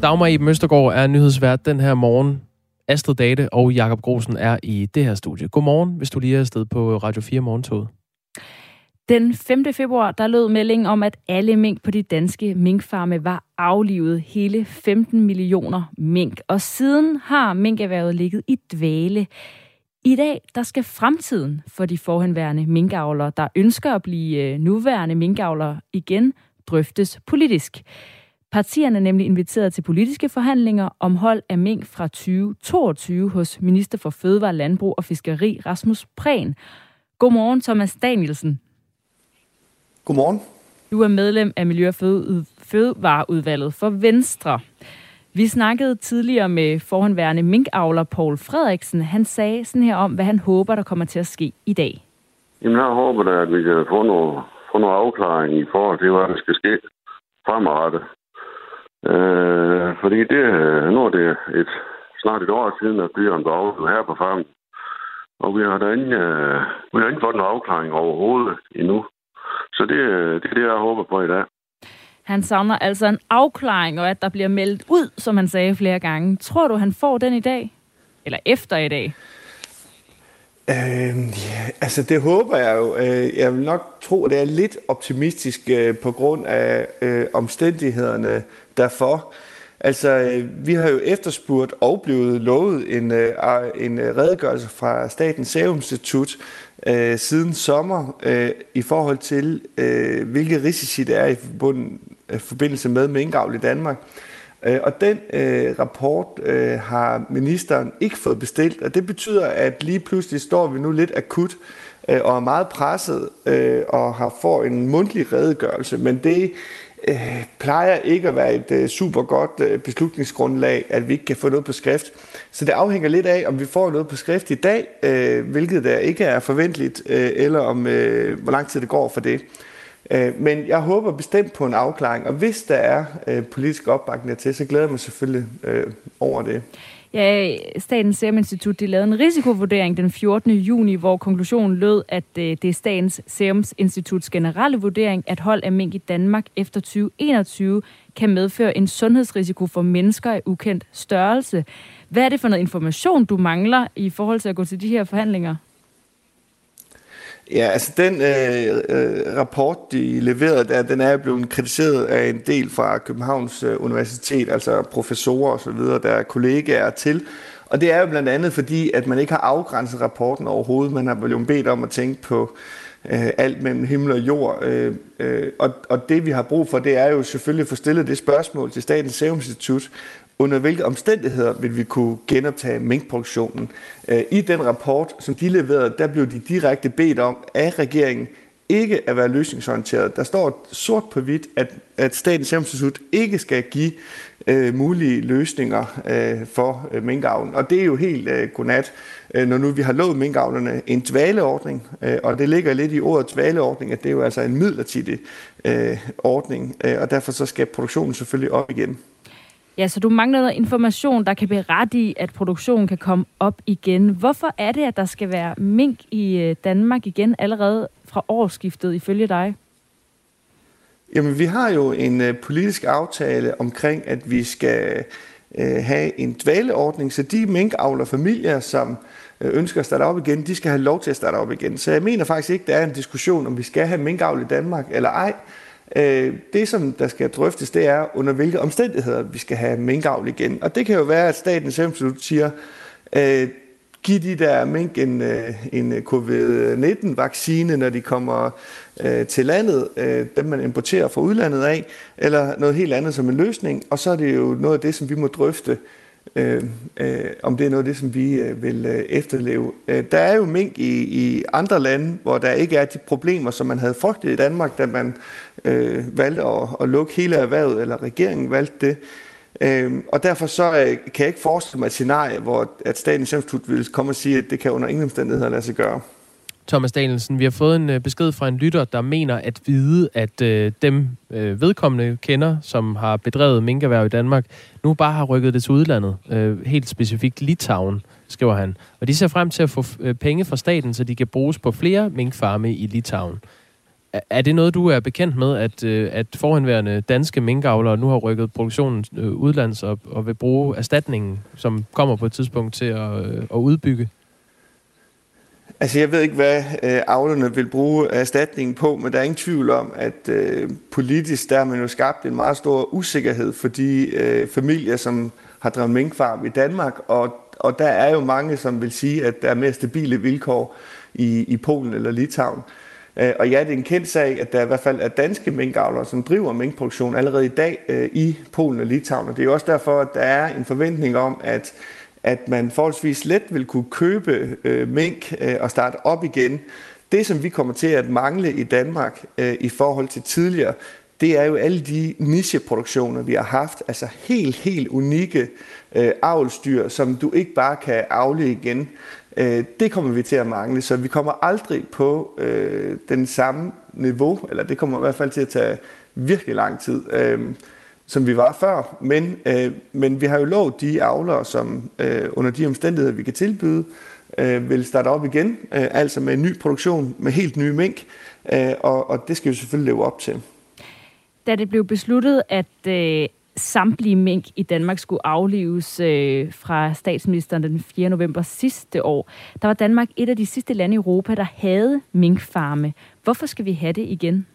Dagmar Eben Østergaard er nyhedsvært den her morgen. Astrid Date og Jakob Grosen er i det her studie. Godmorgen, hvis du lige er afsted på Radio 4 morgentoget. Den 5. februar, der lød meldingen om, at alle mink på de danske minkfarme var aflivet. Hele 15 millioner mink. Og siden har minkerhvervet ligget i dvale. I dag, der skal fremtiden for de forhenværende minkavlere, der ønsker at blive nuværende minkavlere igen, drøftes politisk. Partierne er nemlig inviteret til politiske forhandlinger om hold af mink fra 2022 hos Minister for Fødevare, Landbrug og Fiskeri, Rasmus Prehn. Godmorgen, Thomas Danielsen. Godmorgen. Du er medlem af Miljø- og Fødevareudvalget for Venstre. Vi snakkede tidligere med forhenværende minkavler Poul Frederiksen. Han sagde sådan her om, hvad han håber, der kommer til at ske i dag. Jamen, jeg håber da, at vi kan få noget afklaring i forhold til, hvad der skal ske fremadrettet. Fordi nu er det snart et år siden, at dyrene blev aflivet her på farmen. Og vi har ikke fået noget afklaring overhovedet endnu. Så det er det, jeg håber på i dag. Han savner altså en afklaring, og at der bliver meldt ud, som han sagde flere gange. Tror du, han får den i dag? Eller efter i dag? Altså det håber jeg jo. Jeg vil nok tro, at det er lidt optimistisk på grund af omstændighederne derfor. Altså vi har jo efterspurgt og blevet lovet en redegørelse fra Statens Serum Institut siden sommer i forhold til hvilke risici der er i forbindelse med minkavl i Danmark. Og den rapport har ministeren ikke fået bestilt, og det betyder, at lige pludselig står vi nu lidt akut og er meget presset og får en mundtlig redegørelse, men det plejer ikke at være et super godt beslutningsgrundlag, at vi ikke kan få noget på skrift. Så det afhænger lidt af, om vi får noget på skrift i dag, hvilket der ikke er forventeligt, eller om hvor lang tid det går for det. Men jeg håber bestemt på en afklaring, og hvis der er politisk opbakning til, så glæder jeg mig selvfølgelig over det. Ja, Statens Serum Institut lavede en risikovurdering den 14. juni, hvor konklusionen lød, at det er Statens Serum Instituts generelle vurdering, at hold af mink i Danmark efter 2021 kan medføre en sundhedsrisiko for mennesker af ukendt størrelse. Hvad er det for noget information, du mangler i forhold til at gå til de her forhandlinger? Ja, altså den rapport, de leverede der, den er blevet kritiseret af en del fra Københavns Universitet, altså professorer og så videre, der er kollegaer til. Og det er jo blandt andet fordi, at man ikke har afgrænset rapporten overhovedet. Man har jo bedt om at tænke på alt mellem himmel og jord. Og det vi har brug for, det er jo selvfølgelig at få stillet det spørgsmål til Statens Serum Institut. Under hvilke omstændigheder vil vi kunne genoptage minkproduktionen? I den rapport, som de leverede, der blev de direkte bedt om af regeringen ikke at være løsningsorienteret. Der står sort på hvidt, at Statens Serum Institut ikke skal give mulige løsninger for minkavlen. Og det er jo helt godnat, når nu vi har lovet minkavlerne en dvaleordning, og det ligger lidt i ordet dvaleordning, at det er jo altså en midlertidig ordning, og derfor så skal produktionen selvfølgelig op igen. Ja, så du mangler noget information, der kan berettige, at produktionen kan komme op igen. Hvorfor er det, at der skal være mink i Danmark igen allerede fra årsskiftet, ifølge dig? Jamen, vi har jo en politisk aftale omkring, at vi skal have en dvaleordning, så de minkavlerfamilier, som ønsker at starte op igen, de skal have lov til at starte op igen. Så jeg mener faktisk ikke, der er en diskussion, om vi skal have minkavl i Danmark eller ej. Det, som der skal drøftes, det er, under hvilke omstændigheder vi skal have minkavl igen. Og det kan jo være, at Statens Serum Institut siger, giv de der mink en covid-19-vaccine, når de kommer til landet, dem man importerer fra udlandet af, eller noget helt andet som en løsning. Og så er det jo noget af det, som vi må drøfte, om det er noget af det, som vi vil efterleve. Der er jo mink i andre lande, hvor der ikke er de problemer, som man havde frygtet i Danmark, da man valgte at lukke hele erhvervet, eller regeringen valgte det. Og derfor så kan jeg ikke forestille mig et scenarie, hvor at Statens Serum Institut vil komme og sige, at det kan under ingen omstændigheder lade sig gøre. Thomas Danielsen, vi har fået en besked fra en lytter, der mener at vide, at dem vedkommende kender, som har bedrevet minkerhverv i Danmark, nu bare har rykket det til udlandet. Helt specifikt Litauen, skriver han. Og de ser frem til at få penge fra staten, så de kan bruges på flere minkfarme i Litauen. Er det noget, du er bekendt med, at forhenværende danske minkavlere nu har rykket produktionen udlands og vil bruge erstatningen, som kommer på et tidspunkt til at udbygge? Altså, jeg ved ikke, hvad avlerne vil bruge erstatningen på, men der er ingen tvivl om, at politisk der har man jo skabt en meget stor usikkerhed for de familier, som har drevet minkfarm i Danmark, og der er jo mange, som vil sige, at der er mere stabile vilkår i Polen eller Litauen. Og ja, det er en kendt sag, at der i hvert fald er danske minkavlere, som driver minkproduktion allerede i dag i Polen og Litauen. Og det er jo også derfor, at der er en forventning om, at man forholdsvis let vil kunne købe mink og starte op igen. Det, som vi kommer til at mangle i Danmark i forhold til tidligere, det er jo alle de nicheproduktioner, vi har haft. Altså helt unikke avlsdyr, som du ikke bare kan avle igen. Det kommer vi til at mangle, så vi kommer aldrig på den samme niveau, eller det kommer i hvert fald til at tage virkelig lang tid, som vi var før. Men vi har jo lovet de avlere, som under de omstændigheder, vi kan tilbyde, vil starte op igen, altså med en ny produktion, med helt nye mink, og det skal vi selvfølgelig leve op til. Da det blev besluttet, at samtlige mink i Danmark skulle aflives fra statsministeren den 4. november sidste år, der var Danmark et af de sidste lande i Europa, der havde minkfarme. Hvorfor skal vi have det igen?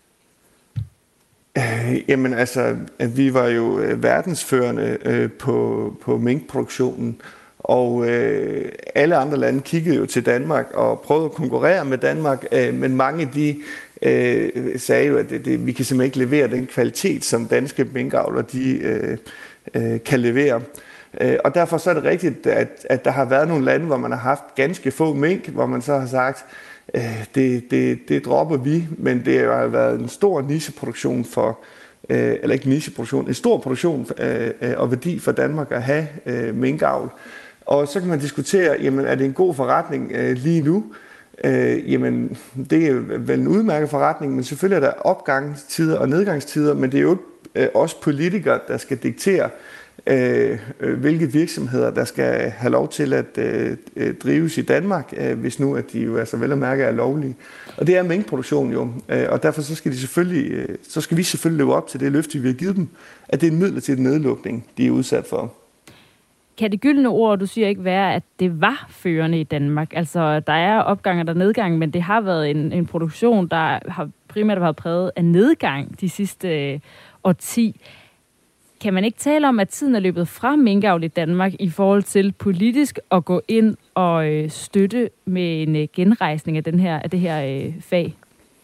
Jamen altså, vi var jo verdensførende på minkproduktionen, og alle andre lande kiggede jo til Danmark og prøvede at konkurrere med Danmark, men mange de sagde jo, at vi kan simpelthen ikke levere den kvalitet, som danske minkavlere kan levere. Og derfor så er det rigtigt, at der har været nogle lande, hvor man har haft ganske få mink, hvor man så har sagt, det dropper vi, men det har været en stor nicheproduktion eller ikke nicheproduktion, en stor produktion og værdi for Danmark at have minkavl. Og så kan man diskutere, jamen er det en god forretning lige nu? Jamen det er vel en udmærket forretning, men selvfølgelig er der opgangstider og nedgangstider, men det er jo også politikere, der skal diktere, hvilke virksomheder, der skal have lov til at drives i Danmark, hvis nu at de jo altså vel at mærke er lovlige. Og det er minkproduktion jo, og derfor så skal vi selvfølgelig leve op til det løfte, vi har givet dem, at det er en midlertidig nedlukning, de er udsat for. Kan det gyldne ord, du siger, ikke være, at det var førende i Danmark? Altså, der er opgang og der er nedgang, men det har været en produktion, der har primært været præget af nedgang de sidste årti. Kan man ikke tale om, at tiden er løbet fra minkavl i Danmark i forhold til politisk at gå ind og støtte med en genrejsning af det her fag?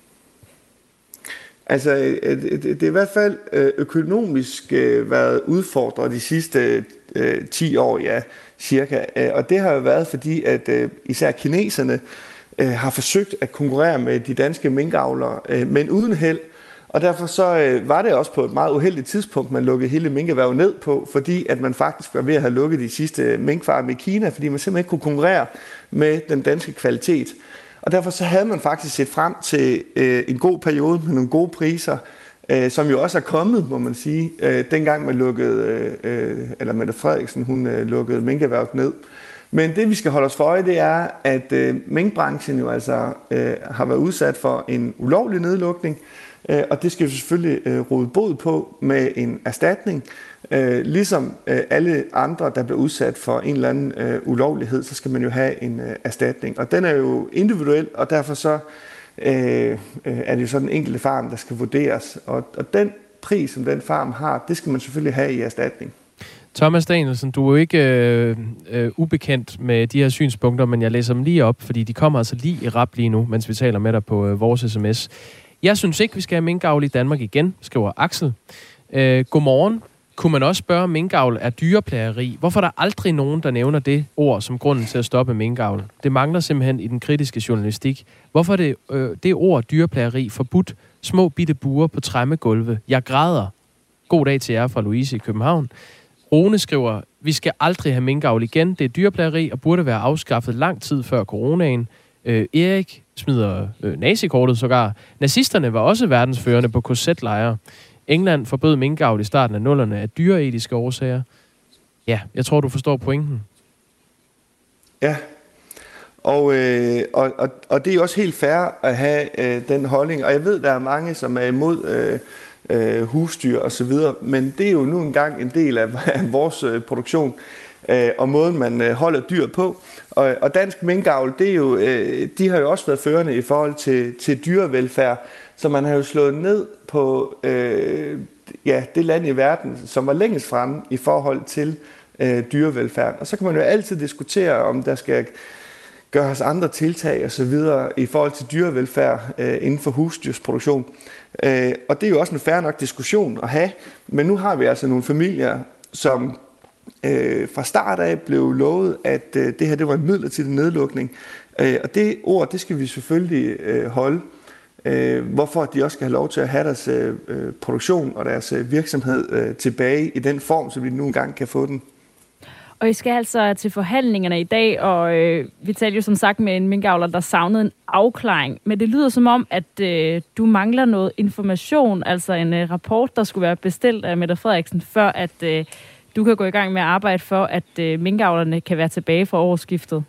Altså, det er i hvert fald økonomisk været udfordret de sidste 10 år, ja, cirka. Og det har jo været fordi, at især kineserne har forsøgt at konkurrere med de danske minkavlere, men uden held. Og derfor så var det også på et meget uheldigt tidspunkt, man lukkede hele minkerhvervet ned på, fordi at man faktisk var ved at have lukket de sidste minkfarme i Kina, fordi man simpelthen ikke kunne konkurrere med den danske kvalitet. Og derfor så havde man faktisk set frem til en god periode med nogle gode priser, som jo også er kommet, må man sige, dengang man lukkede, eller Mette Frederiksen, hun lukkede minkerhvervet ned. Men det vi skal holde os for øje, det er, at minkbranchen jo altså har været udsat for en ulovlig nedlukning, og det skal vi selvfølgelig råde bod på med en erstatning. Ligesom alle andre, der bliver udsat for en eller anden ulovlighed, så skal man jo have en erstatning. Og den er jo individuel, og derfor så er det jo så den enkelte farm, der skal vurderes. Og den pris, som den farm har, det skal man selvfølgelig have i erstatning. Thomas Danielsen, du er jo ikke ubekendt med de her synspunkter, men jeg læser dem lige op, fordi de kommer altså lige i rap lige nu, mens vi taler med dig på vores sms. Jeg synes ikke, vi skal have minkavl i Danmark igen, skriver Axel. Godmorgen. Kunne man også spørge, om minkavl er dyreplageri? Hvorfor er der aldrig nogen, der nævner det ord som grunden til at stoppe minkavl? Det mangler simpelthen i den kritiske journalistik. Hvorfor er det ord dyreplageri forbudt? Små bitte buer på træmmegulve. Jeg græder. God dag til jer fra Louise i København. Rune skriver, vi skal aldrig have minkavl igen. Det er dyreplageri og burde være afskaffet lang tid før coronaen. Erik smider nazikortet sågar. Nazisterne var også verdensførende på KZ-lejre. England forbød minkavl i starten af nullerne af dyreetiske årsager. Ja, jeg tror, du forstår pointen. Ja, Og det er jo også helt fair at have den holdning. Og jeg ved, der er mange, som er imod husdyr og så videre, men det er jo nu engang en del af vores produktion og måden, man holder dyr på. Og dansk minkavl, det er jo, de har jo også været førende i forhold til dyrevelfærd, så man har jo slået ned på det land i verden, som var længst fremme i forhold til dyrevelfærd. Og så kan man jo altid diskutere, om der skal gøres andre tiltag og så videre i forhold til dyrevelfærd inden for husdyrsproduktion. Og det er jo også en fair nok diskussion at have, men nu har vi altså nogle familier, som fra start af blev lovet, at det her det var en midlertidig nedlukning. Og det ord, det skal vi selvfølgelig holde. Hvorfor de også skal have lov til at have deres produktion og deres virksomhed tilbage i den form, så vi nu engang kan få den. Og I skal altså til forhandlingerne i dag, og vi talte jo som sagt med en minkavler, der savnede en afklaring. Men det lyder som om, at du mangler noget information, altså en rapport, der skulle være bestilt af Mette Frederiksen, før at du kan gå i gang med at arbejde for, at minkavlerne kan være tilbage fra årsskiftet.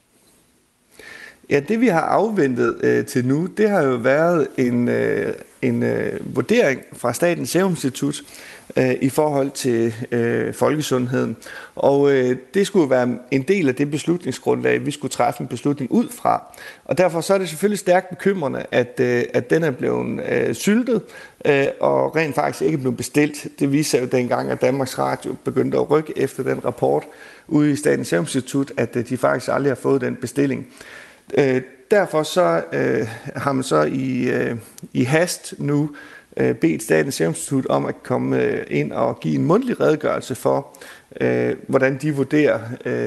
Ja, det vi har afventet til nu, det har jo været en vurdering fra Statens Serum Institut i forhold til folkesundheden. Og det skulle være en del af det beslutningsgrundlag, vi skulle træffe en beslutning ud fra. Og derfor så er det selvfølgelig stærkt bekymrende, at den er blevet syltet og rent faktisk ikke blevet bestilt. Det viser jo dengang, at Danmarks Radio begyndte at rykke efter den rapport ude i Statens Serum Institut, at de faktisk aldrig har fået den bestilling. Derfor så har man så i hast nu bedt Statens Serum Institut om at komme ind og give en mundtlig redegørelse for, hvordan de vurderer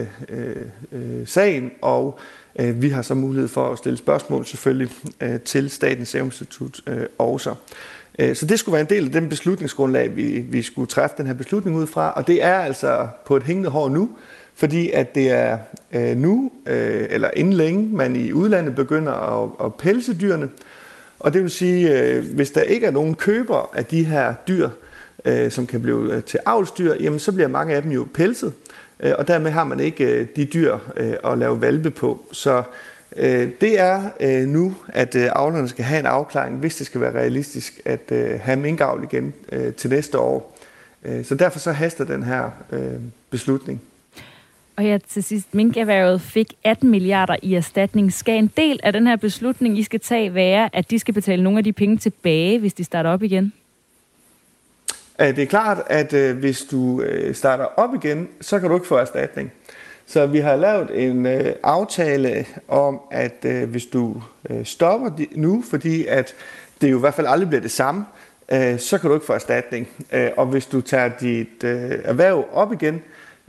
sagen, og vi har så mulighed for at stille spørgsmål selvfølgelig til Statens Serum Institut også. Så det skulle være en del af den beslutningsgrundlag, vi skulle træffe den her beslutning ud fra, og det er altså på et hængende hår nu, fordi at det er nu, eller inden længe, man i udlandet begynder at pelse dyrene. Og det vil sige, hvis der ikke er nogen køber af de her dyr, som kan blive til avlsdyr, jamen så bliver mange af dem jo pelset. Og dermed har man ikke de dyr at lave hvalpe på. Så det er nu, at avlerne skal have en afklaring, hvis det skal være realistisk at have minkavl igen til næste år. Så derfor så haster den her beslutning. Og her til sidst, minkerhvervet fik 18 milliarder i erstatning. Skal en del af den her beslutning, I skal tage, være, at de skal betale nogle af de penge tilbage, hvis de starter op igen? Det er klart, at hvis du starter op igen, så kan du ikke få erstatning. Så vi har lavet en aftale om, at hvis du stopper nu, fordi at det jo i hvert fald aldrig bliver det samme, så kan du ikke få erstatning. Og hvis du tager dit erhverv op igen,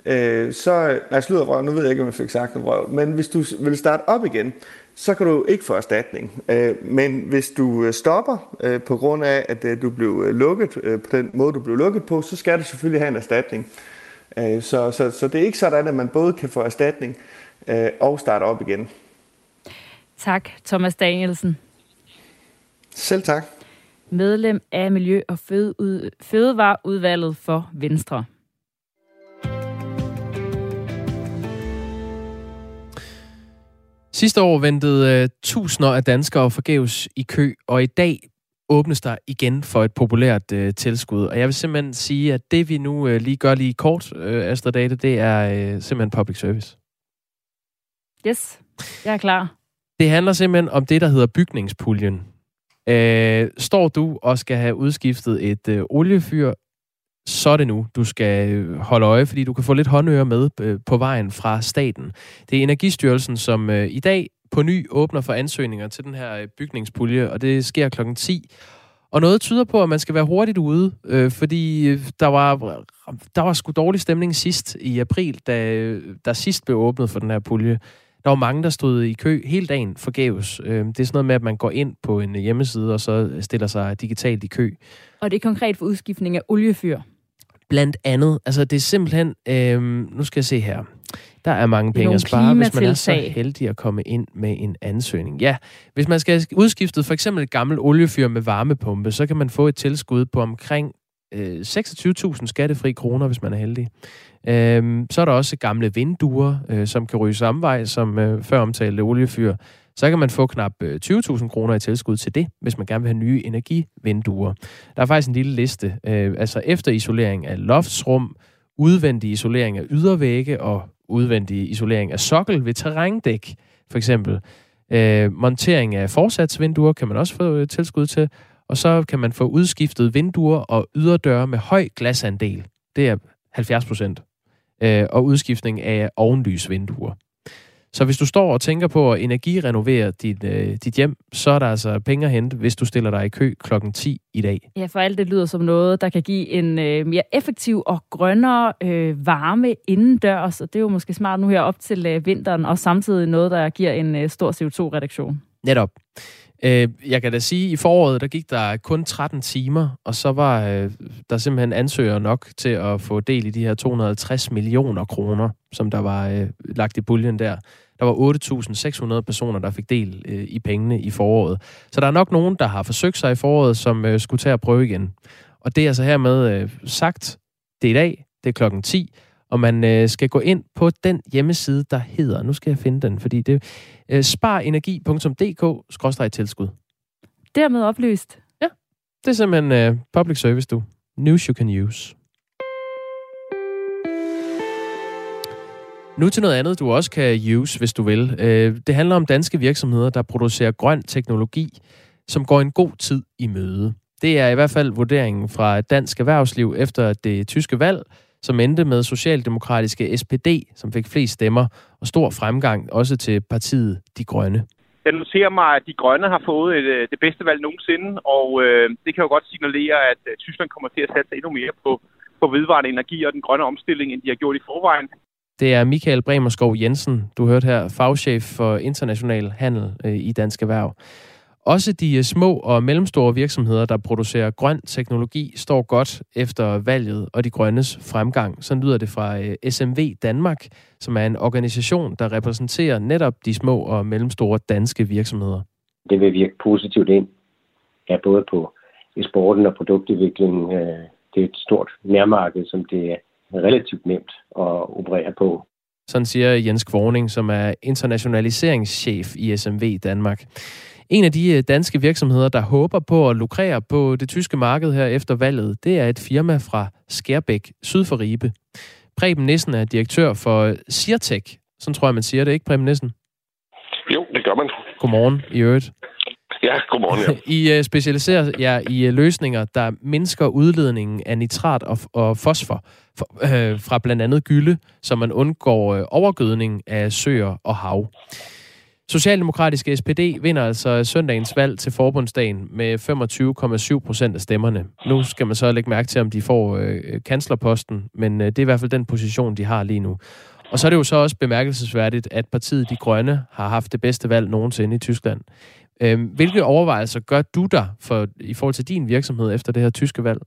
nu ved jeg ikke, om jeg fik sagt noget vrøvl, men hvis du vil starte op igen, så kan du ikke få erstatning. Men hvis du stopper på grund af, at du blev lukket på den måde, du blev lukket på, så skal du selvfølgelig have en erstatning. Så det er ikke sådan, at man både kan få erstatning og starte op igen. Tak, Thomas Danielsen. Selv tak. Medlem af Miljø- og Fødevareudvalget for Venstre. Sidste år ventede tusinder af danskere forgæves i kø, og i dag åbnes der igen for et populært tilskud. Og jeg vil simpelthen sige, at det vi nu lige gør lige kort, Astrid Date, det er simpelthen public service. Yes, jeg er klar. Det handler simpelthen om det, der hedder bygningspuljen. Står du og skal have udskiftet et oliefyr, så er det nu, du skal holde øje, fordi du kan få lidt håndøre med på vejen fra staten. Det er Energistyrelsen, som i dag på ny åbner for ansøgninger til den her bygningspulje, og det sker klokken 10. Og noget tyder på, at man skal være hurtigt ude, fordi der var sgu dårlig stemning sidst i april, da der sidst blev åbnet for den her pulje. Der var mange, der stod i kø hele dagen forgæves. Det er sådan noget med, at man går ind på en hjemmeside, og så stiller sig digitalt i kø. Og det er konkret for udskiftning af oliefyr? Blandt andet. Altså, det er simpelthen... nu skal jeg se her. Der er mange penge at spare, hvis man er så heldig at komme ind med en ansøgning. Ja, hvis man skal udskifte for eksempel et gammelt oliefyr med varmepumpe, så kan man få et tilskud på omkring 26.000 skattefri kroner, hvis man er heldig. Så er der også gamle vinduer, som kan ryge samme vej som før omtalte oliefyr. Så kan man få knap 20.000 kroner i tilskud til det, hvis man gerne vil have nye energivinduer. Der er faktisk en lille liste. Altså efterisolering af loftsrum, udvendig isolering af ydervægge og udvendig isolering af sokkel ved terrændæk, for eksempel. Montering af forsatsvinduer kan man også få tilskud til, og så kan man få udskiftet vinduer og yderdøre med høj glasandel. Det er 70%. Og udskiftning af ovenlysvinduer. Så hvis du står og tænker på at energirenovere dit hjem, så er der altså penge at hente, hvis du stiller dig i kø klokken 10 i dag. Ja, for alt det lyder som noget, der kan give en mere effektiv og grønnere varme indendørs, og det er jo måske smart nu her op til vinteren, og samtidig noget, der giver en stor CO2-reduktion. Netop. Jeg kan da sige, at i foråret, der gik der kun 13 timer, og så var der simpelthen ansøgere nok til at få del i de her 250 millioner kroner, som der var lagt i puljen der. Der var 8.600 personer, der fik del i pengene i foråret. Så der er nok nogen, der har forsøgt sig i foråret, som skulle tage at prøve igen. Og det er altså hermed sagt, det er i dag, det er klokken 10, og man skal gå ind på den hjemmeside, der hedder, nu skal jeg finde den, fordi det er sparenergi.dk/tilskud. Dermed oplyst. Ja, det er simpelthen public service, du. News you can use. Nu til noget andet, du også kan use, hvis du vil. Det handler om danske virksomheder, der producerer grøn teknologi, som går en god tid i møde. Det er i hvert fald vurderingen fra dansk erhvervsliv efter det tyske valg, som endte med socialdemokratiske SPD, som fik flest stemmer, og stor fremgang også til partiet De Grønne. Jeg noterer mig, at De Grønne har fået det bedste valg nogensinde, og det kan jo godt signalere, at Tyskland kommer til at satse endnu mere på vedvarende energi og den grønne omstilling, end de har gjort i forvejen. Det er Michael Bremerskov Jensen, du hørte her, fagchef for international handel i Dansk Erhverv. Også de små og mellemstore virksomheder, der producerer grøn teknologi, står godt efter valget og De Grønnes fremgang. Sådan lyder det fra SMV Danmark, som er en organisation, der repræsenterer netop de små og mellemstore danske virksomheder. Det vil virke positivt ind, både på eksporten og produktudviklingen. Det er et stort nærmarked, som det er relativt nemt at operere på. Sådan siger Jens Kvorning, som er internationaliseringschef i SMV Danmark. En af de danske virksomheder, der håber på at lukrere på det tyske marked her efter valget, det er et firma fra Skærbæk, syd for Ribe. Preben Nissen er direktør for Sirtech. Sådan tror jeg, man siger det, ikke Preben Nissen? Jo, det gør man. Godmorgen i øvrigt. Ja, godmorgen, ja. I specialiserer jer i løsninger, der mindsker udledningen af nitrat og fosfor fra blandt andet gylle, så man undgår overgødning af søer og hav. Socialdemokratiske SPD vinder altså søndagens valg til forbundsdagen med 25,7% af stemmerne. Nu skal man så lægge mærke til, om de får kanslerposten, men det er i hvert fald den position, de har lige nu. Og så er det jo så også bemærkelsesværdigt, at partiet De Grønne har haft det bedste valg nogensinde i Tyskland. Hvilke overvejelser gør du der i forhold til din virksomhed efter det her tyske valg?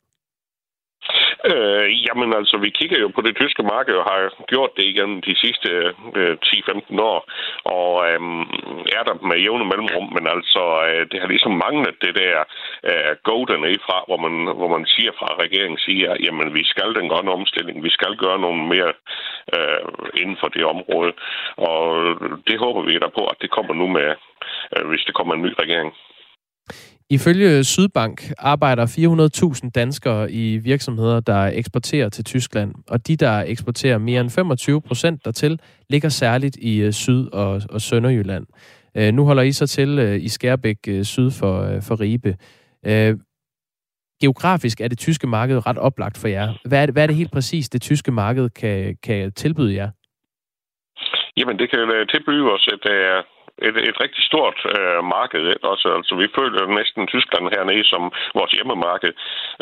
Jamen altså, vi kigger jo på det tyske marked og har gjort det igennem de sidste 10-15 år, og er der med jævne mellemrum, men altså, det har ligesom manglet det der go dernede fra, hvor man siger fra regeringens side, jamen vi skal den grønne omstilling, vi skal gøre noget mere inden for det område, og det håber vi da på, at det kommer nu med, hvis det kommer en ny regering. Ifølge Sydbank arbejder 400.000 danskere i virksomheder, der eksporterer til Tyskland, og de, der eksporterer mere end 25% dertil, ligger særligt i Syd- og Sønderjylland. Nu holder I så til i Skærbæk syd for Ribe. Geografisk er det tyske marked ret oplagt for jer. Hvad er det helt præcis, det tyske marked kan tilbyde jer? Jamen, det kan tilbyde os et rigtig stort marked også. Altså, vi føler næsten Tyskland hernede som vores hjemmemarked.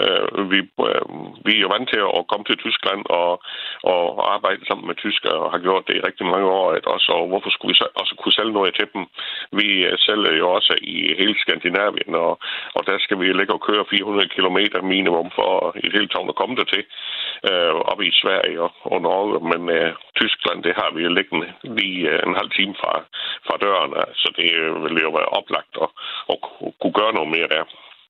Vi er jo vant til at komme til Tyskland og arbejde sammen med tyskere og har gjort det i rigtig mange år også. Og hvorfor skulle vi så også kunne sælge noget til dem? Vi sælger jo også i hele Skandinavien, og der skal vi ligge og køre 400 kilometer minimum for i det hele taget at komme der til op i Sverige og Norge. Men Tyskland, det har vi liggende lige en halv time fra døren. Så det vil jo være oplagt at kunne gøre noget mere der.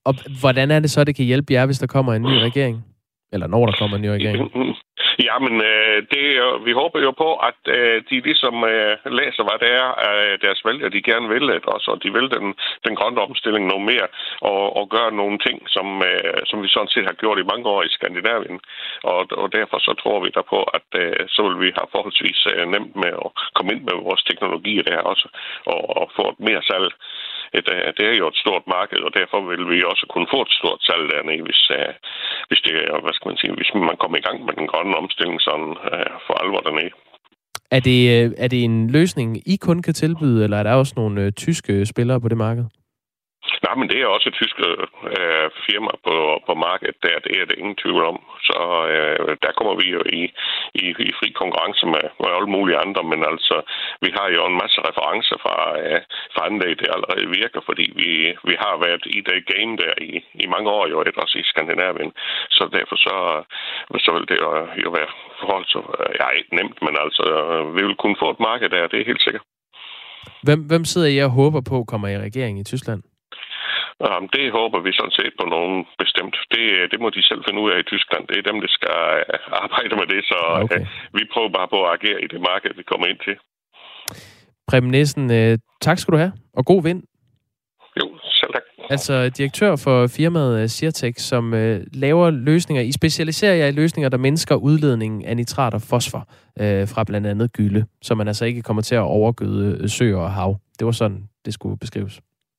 Og hvordan er det så, det kan hjælpe jer, hvis der kommer en ny regering? Eller når der kommer en ny regering? Jamen, vi håber jo på, at de ligesom læser, hvad det er, deres vælgere, de gerne vil, også, og de vil den grønne omstilling noget mere, og gøre nogle ting, som vi sådan set har gjort i mange år i Skandinavien. Og derfor så tror vi der på, at så vil vi have forholdsvis nemt med at komme ind med vores teknologi der også, og få et mere salg. Det er jo et stort marked, og derfor vil vi også kunne få et stort salg dernede, hvis det, hvad skal man sige, hvis man kommer i gang med den grønne omstilling sådan for alvor dernede. Er det en løsning, I kun kan tilbyde, eller er der også nogle tyske spillere på det marked? Nej, men det er også et tysk firma på markedet. Det er det ingen tvivl om. Så der kommer vi jo i fri konkurrence med alle mulige andre. Men altså, vi har jo en masse referencer fra anlæg, det allerede virker, fordi vi har været i det game der i mange år jo, også i Skandinavien. Så derfor så vil det jo være ikke nemt, men altså, vi vil kunne få et marked der, det er helt sikkert. Hvem sidder I og håber på kommer i regeringen i Tyskland? Det håber vi sådan set på nogen bestemt. Det må de selv finde ud af i Tyskland. Det er dem, der skal arbejde med det, så okay. Vi prøver bare på at agere i det marked, vi kommer ind til. Preben Nissen, tak skal du have, og god vind. Jo, selv tak. Altså direktør for firmaet Sirtex, som laver løsninger. I specialiserer jer i løsninger, der mindsker udledningen af nitrat og fosfor fra blandt andet gylle, så man altså ikke kommer til at overgøde søer og hav. Det var sådan, det skulle beskrives.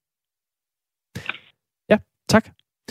Ja, tak.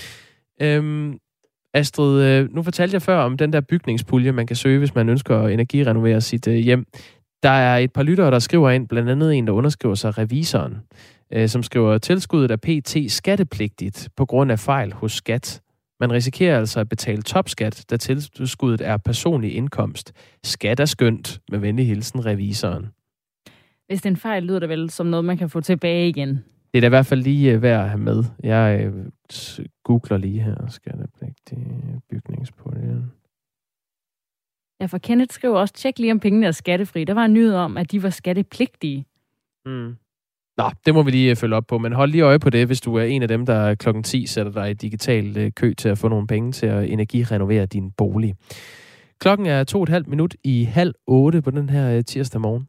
Astrid, nu fortalte jeg før om den der bygningspulje, man kan søge, hvis man ønsker at energirenovere sit hjem. Der er et par lyttere, der skriver ind, blandt andet en, der underskriver sig revisoren, som skriver, tilskuddet er pt. Skattepligtigt på grund af fejl hos skat. Man risikerer altså at betale topskat, da tilskuddet er personlig indkomst. Skat er skønt, med venlig hilsen revisoren. Hvis det er en fejl, lyder det vel som noget, man kan få tilbage igen. Det er da i hvert fald lige værd at have med. Jeg googler lige her. Skattepligtig bygningspulje. Ja, for Kenneth skriver også, tjek lige om pengene er skattefri. Der var en nyhed om, at de var skattepligtige. Mm. Nå, det må vi lige følge op på, men hold lige øje på det, hvis du er en af dem, der klokken 10 sætter dig i digital kø til at få nogle penge til at energirenovere din bolig. Klokken er 2,5 minut i 7:30 på den her tirsdag morgen.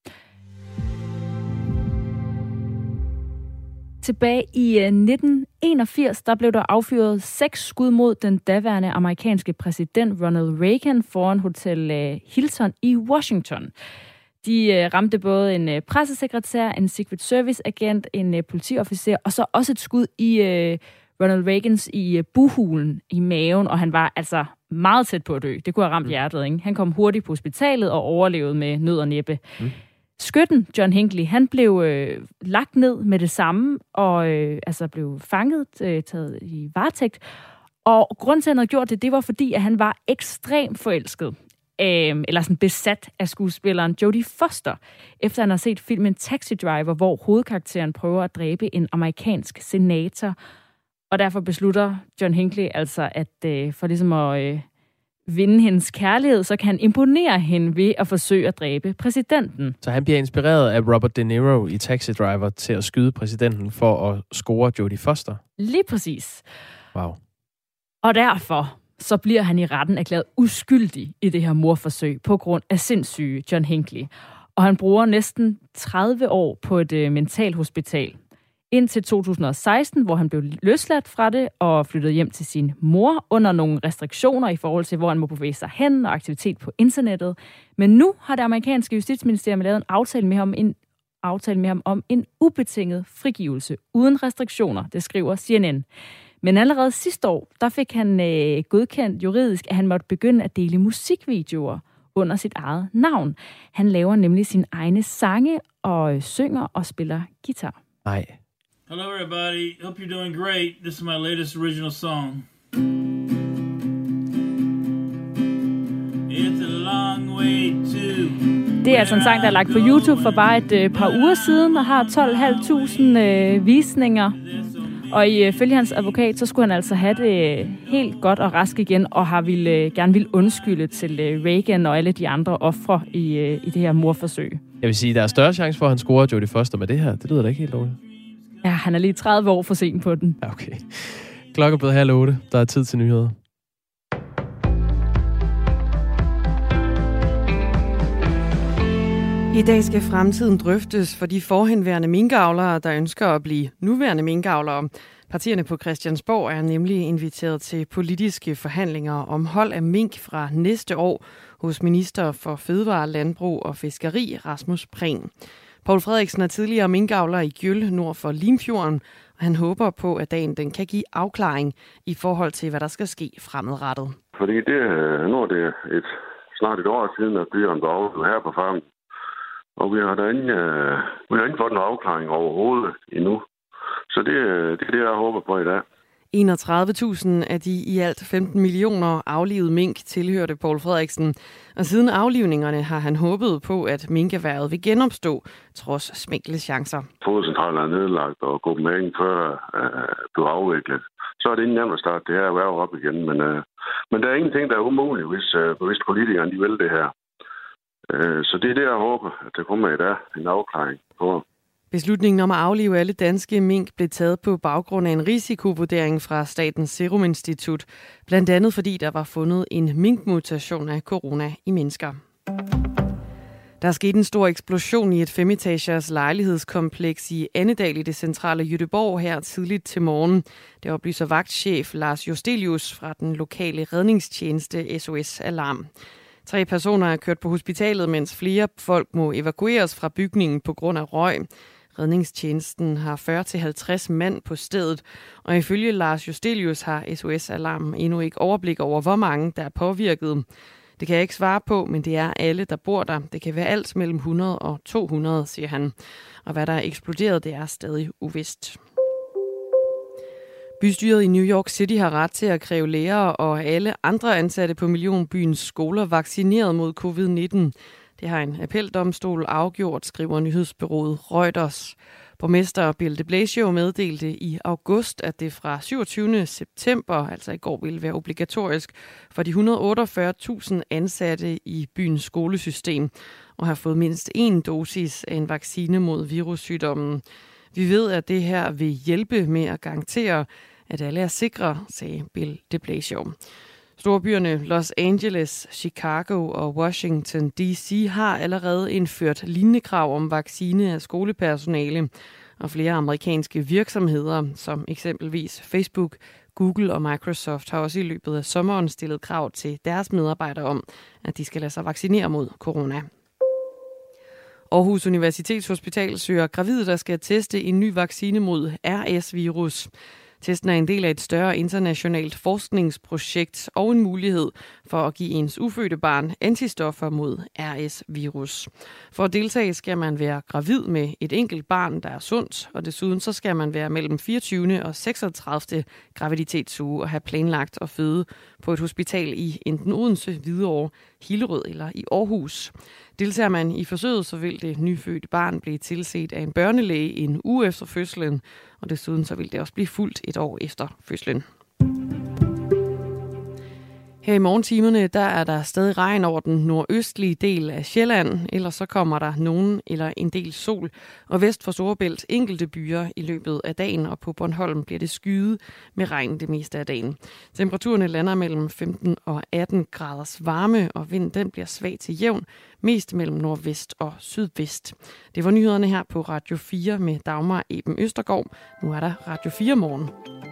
Tilbage i 1981, der blev der affyret 6 skud mod den daværende amerikanske præsident Ronald Reagan foran Hotel Hilton i Washington. De ramte både en pressesekretær, en Secret Service-agent, en politiofficer, og så også et skud i Ronald Reagans i buhulen i maven, og han var altså meget tæt på at dø. Det kunne have ramt hjertet, ikke? Han kom hurtigt på hospitalet og overlevede med nød og næppe. Skytten, John Hinckley, han blev lagt ned med det samme, og blev fanget, taget i varetægt. Og grunden til, at han havde gjort det, det var fordi, at han var ekstremt forelsket. Eller sådan besat af skuespilleren Jodie Foster, efter han har set filmen Taxi Driver, hvor hovedkarakteren prøver at dræbe en amerikansk senator. Og derfor beslutter John Hinckley altså, at for ligesom at vinde hendes kærlighed, så kan han imponere hende ved at forsøge at dræbe præsidenten. Så han bliver inspireret af Robert De Niro i Taxi Driver til at skyde præsidenten for at score Jodie Foster? Lige præcis. Wow. Og derfor så bliver han i retten erklæret uskyldig i det her mordforsøg på grund af sindssyge John Hinckley. Og han bruger næsten 30 år på et mentalhospital. Indtil 2016, hvor han blev løsladt fra det og flyttede hjem til sin mor under nogle restriktioner i forhold til, hvor han må bevæge sig hen og aktivitet på internettet. Men nu har det amerikanske justitsministerium lavet en aftale med ham om en ubetinget frigivelse uden restriktioner, det skriver CNN. Men allerede sidste år, der fik han godkendt juridisk, at han måtte begynde at dele musikvideoer under sit eget navn. Han laver nemlig sine egne sange og synger og spiller guitar. Nej. Hello everybody, hope you're doing great. This is my latest original song. It's a long way to... Det er altså en sang, der er lagt på YouTube for bare et par uger siden, og har 12.500 visninger. Og ifølge hans advokat, så skulle han altså have det helt godt og rask igen, og har gerne vil undskylde til Reagan og alle de andre ofre i det her mordforsøg. Jeg vil sige, der er større chance for, at han scorer Jodie Foster med det her. Det lyder da ikke helt dårligt. Ja, han er lige 30 år for sent på den. Okay. Klokken er blevet 7:30. Der er tid til nyheder. I dag skal fremtiden drøftes for de forhenværende minkavlere, der ønsker at blive nuværende minkavlere. Partierne på Christiansborg er nemlig inviteret til politiske forhandlinger om hold af mink fra næste år hos minister for Fødevare, Landbrug og Fiskeri, Rasmus Prehn. Poul Frederiksen er tidligere minkavler i Gjøl nord for Limfjorden, og han håber på, at dagen den kan give afklaring i forhold til, hvad der skal ske fremadrettet. Fordi nu er det snart et år siden, at dyrene var aflivet her på farmen. Og vi har ikke fået en afklaring overhovedet endnu. Så det er det, jeg håber på i dag. 31.000 af de i alt 15 millioner aflivede mink tilhørte Poul Frederiksen. Og siden aflivningerne har han håbet på, at minkerhvervet vil genopstå, trods smækle chancer. Fodcentraler er nedlagt, og Copenhagen før blev afviklet. Så er det ikke nemt at starte det her erhverv op igen. Men der er ingenting, der er umuligt, hvis politikerne de vil det her. Så det er det, jeg håber, at der kommer i dag en afklaring på. Beslutningen om at aflive alle danske mink blev taget på baggrund af en risikovurdering fra Statens Serum Institut. Blandt andet fordi der var fundet en minkmutation af corona i mennesker. Der er sket en stor eksplosion i et 5-etagers lejlighedskompleks i Annedal i det centrale Gøteborg her tidligt til morgen. Det oplyser vagtchef Lars Justelius fra den lokale redningstjeneste SOS Alarm. 3 personer er kørt på hospitalet, mens flere folk må evakueres fra bygningen på grund af røg. Redningstjenesten har 40-50 mand på stedet, og ifølge Lars Justelius har SOS Alarm endnu ikke overblik over, hvor mange der er påvirket. Det kan jeg ikke svare på, men det er alle, der bor der. Det kan være alt mellem 100 og 200, siger han. Og hvad der er eksploderet, det er stadig uvist. Bystyret i New York City har ret til at kræve lærere og alle andre ansatte på millionbyens skoler vaccineret mod covid-19. Det har en appeldomstol afgjort, skriver nyhedsbureauet Reuters. Borgmester Bill de Blasio meddelte i august, at det fra 27. september, altså i går, ville være obligatorisk for de 148.000 ansatte i byens skolesystem at have fået mindst 1 dosis af en vaccine mod virussygdommen. Vi ved, at det her vil hjælpe med at garantere, at alle er sikre, sagde Bill de Blasio. Storbyerne Los Angeles, Chicago og Washington D.C. har allerede indført lignende krav om vaccine af skolepersonale, og flere amerikanske virksomheder, som eksempelvis Facebook, Google og Microsoft, har også i løbet af sommeren stillet krav til deres medarbejdere om, at de skal lade sig vaccinere mod corona. Aarhus Universitetshospital søger gravide, der skal teste en ny vaccine mod RS-virus. Testen er en del af et større internationalt forskningsprojekt og en mulighed for at give ens ufødte barn antistoffer mod RS-virus. For at deltage skal man være gravid med et enkelt barn, der er sundt, og desuden så skal man være mellem 24. og 36. graviditetsuge og have planlagt at føde på et hospital i enten Odense, Hvidovre, Hillerød eller i Aarhus. Deltager man i forsøget, så vil det nyfødte barn blive tilset af en børnelæge en uge efter fødslen, og desuden så vil det også blive fulgt 1 år efter fødslen. Her i morgentimerne, der er der stadig regn over den nordøstlige del af Sjælland, ellers så kommer der nogen eller en del sol. Og vest for Storebælt enkelte byer i løbet af dagen, og på Bornholm bliver det skyet med regn det meste af dagen. Temperaturerne lander mellem 15 og 18 graders varme, og vinden den bliver svag til jævn, mest mellem nordvest og sydvest. Det var nyhederne her på Radio 4 med Dagmar Eben Østergaard. Nu er der Radio 4 morgen.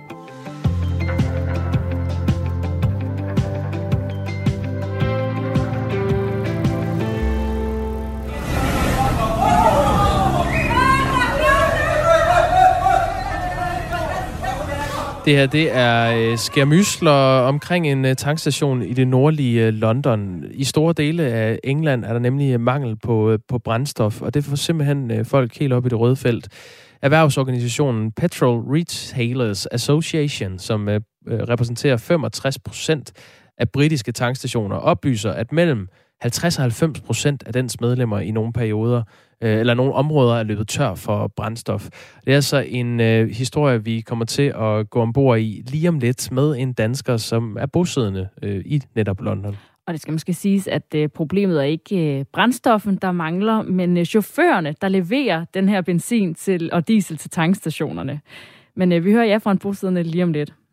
Det her, det er skærmysler omkring en tankstation i det nordlige London. I store dele af England er der nemlig mangel på brændstof, og det får simpelthen folk helt op i det røde felt. Erhvervsorganisationen Petrol Retailers Association, som repræsenterer 65% af britiske tankstationer, oplyser, at mellem 50 og 90% af dens medlemmer i nogle perioder eller nogle områder er løbet tør for brændstof. Det er altså en historie, vi kommer til at gå ombord i lige om lidt med en dansker, som er bosiddende i netop London. Og det skal måske siges, at problemet er ikke brændstoffen, der mangler, men chaufførerne, der leverer den her benzin og diesel til tankstationerne. Men vi hører jer fra en bosiddende lige om lidt.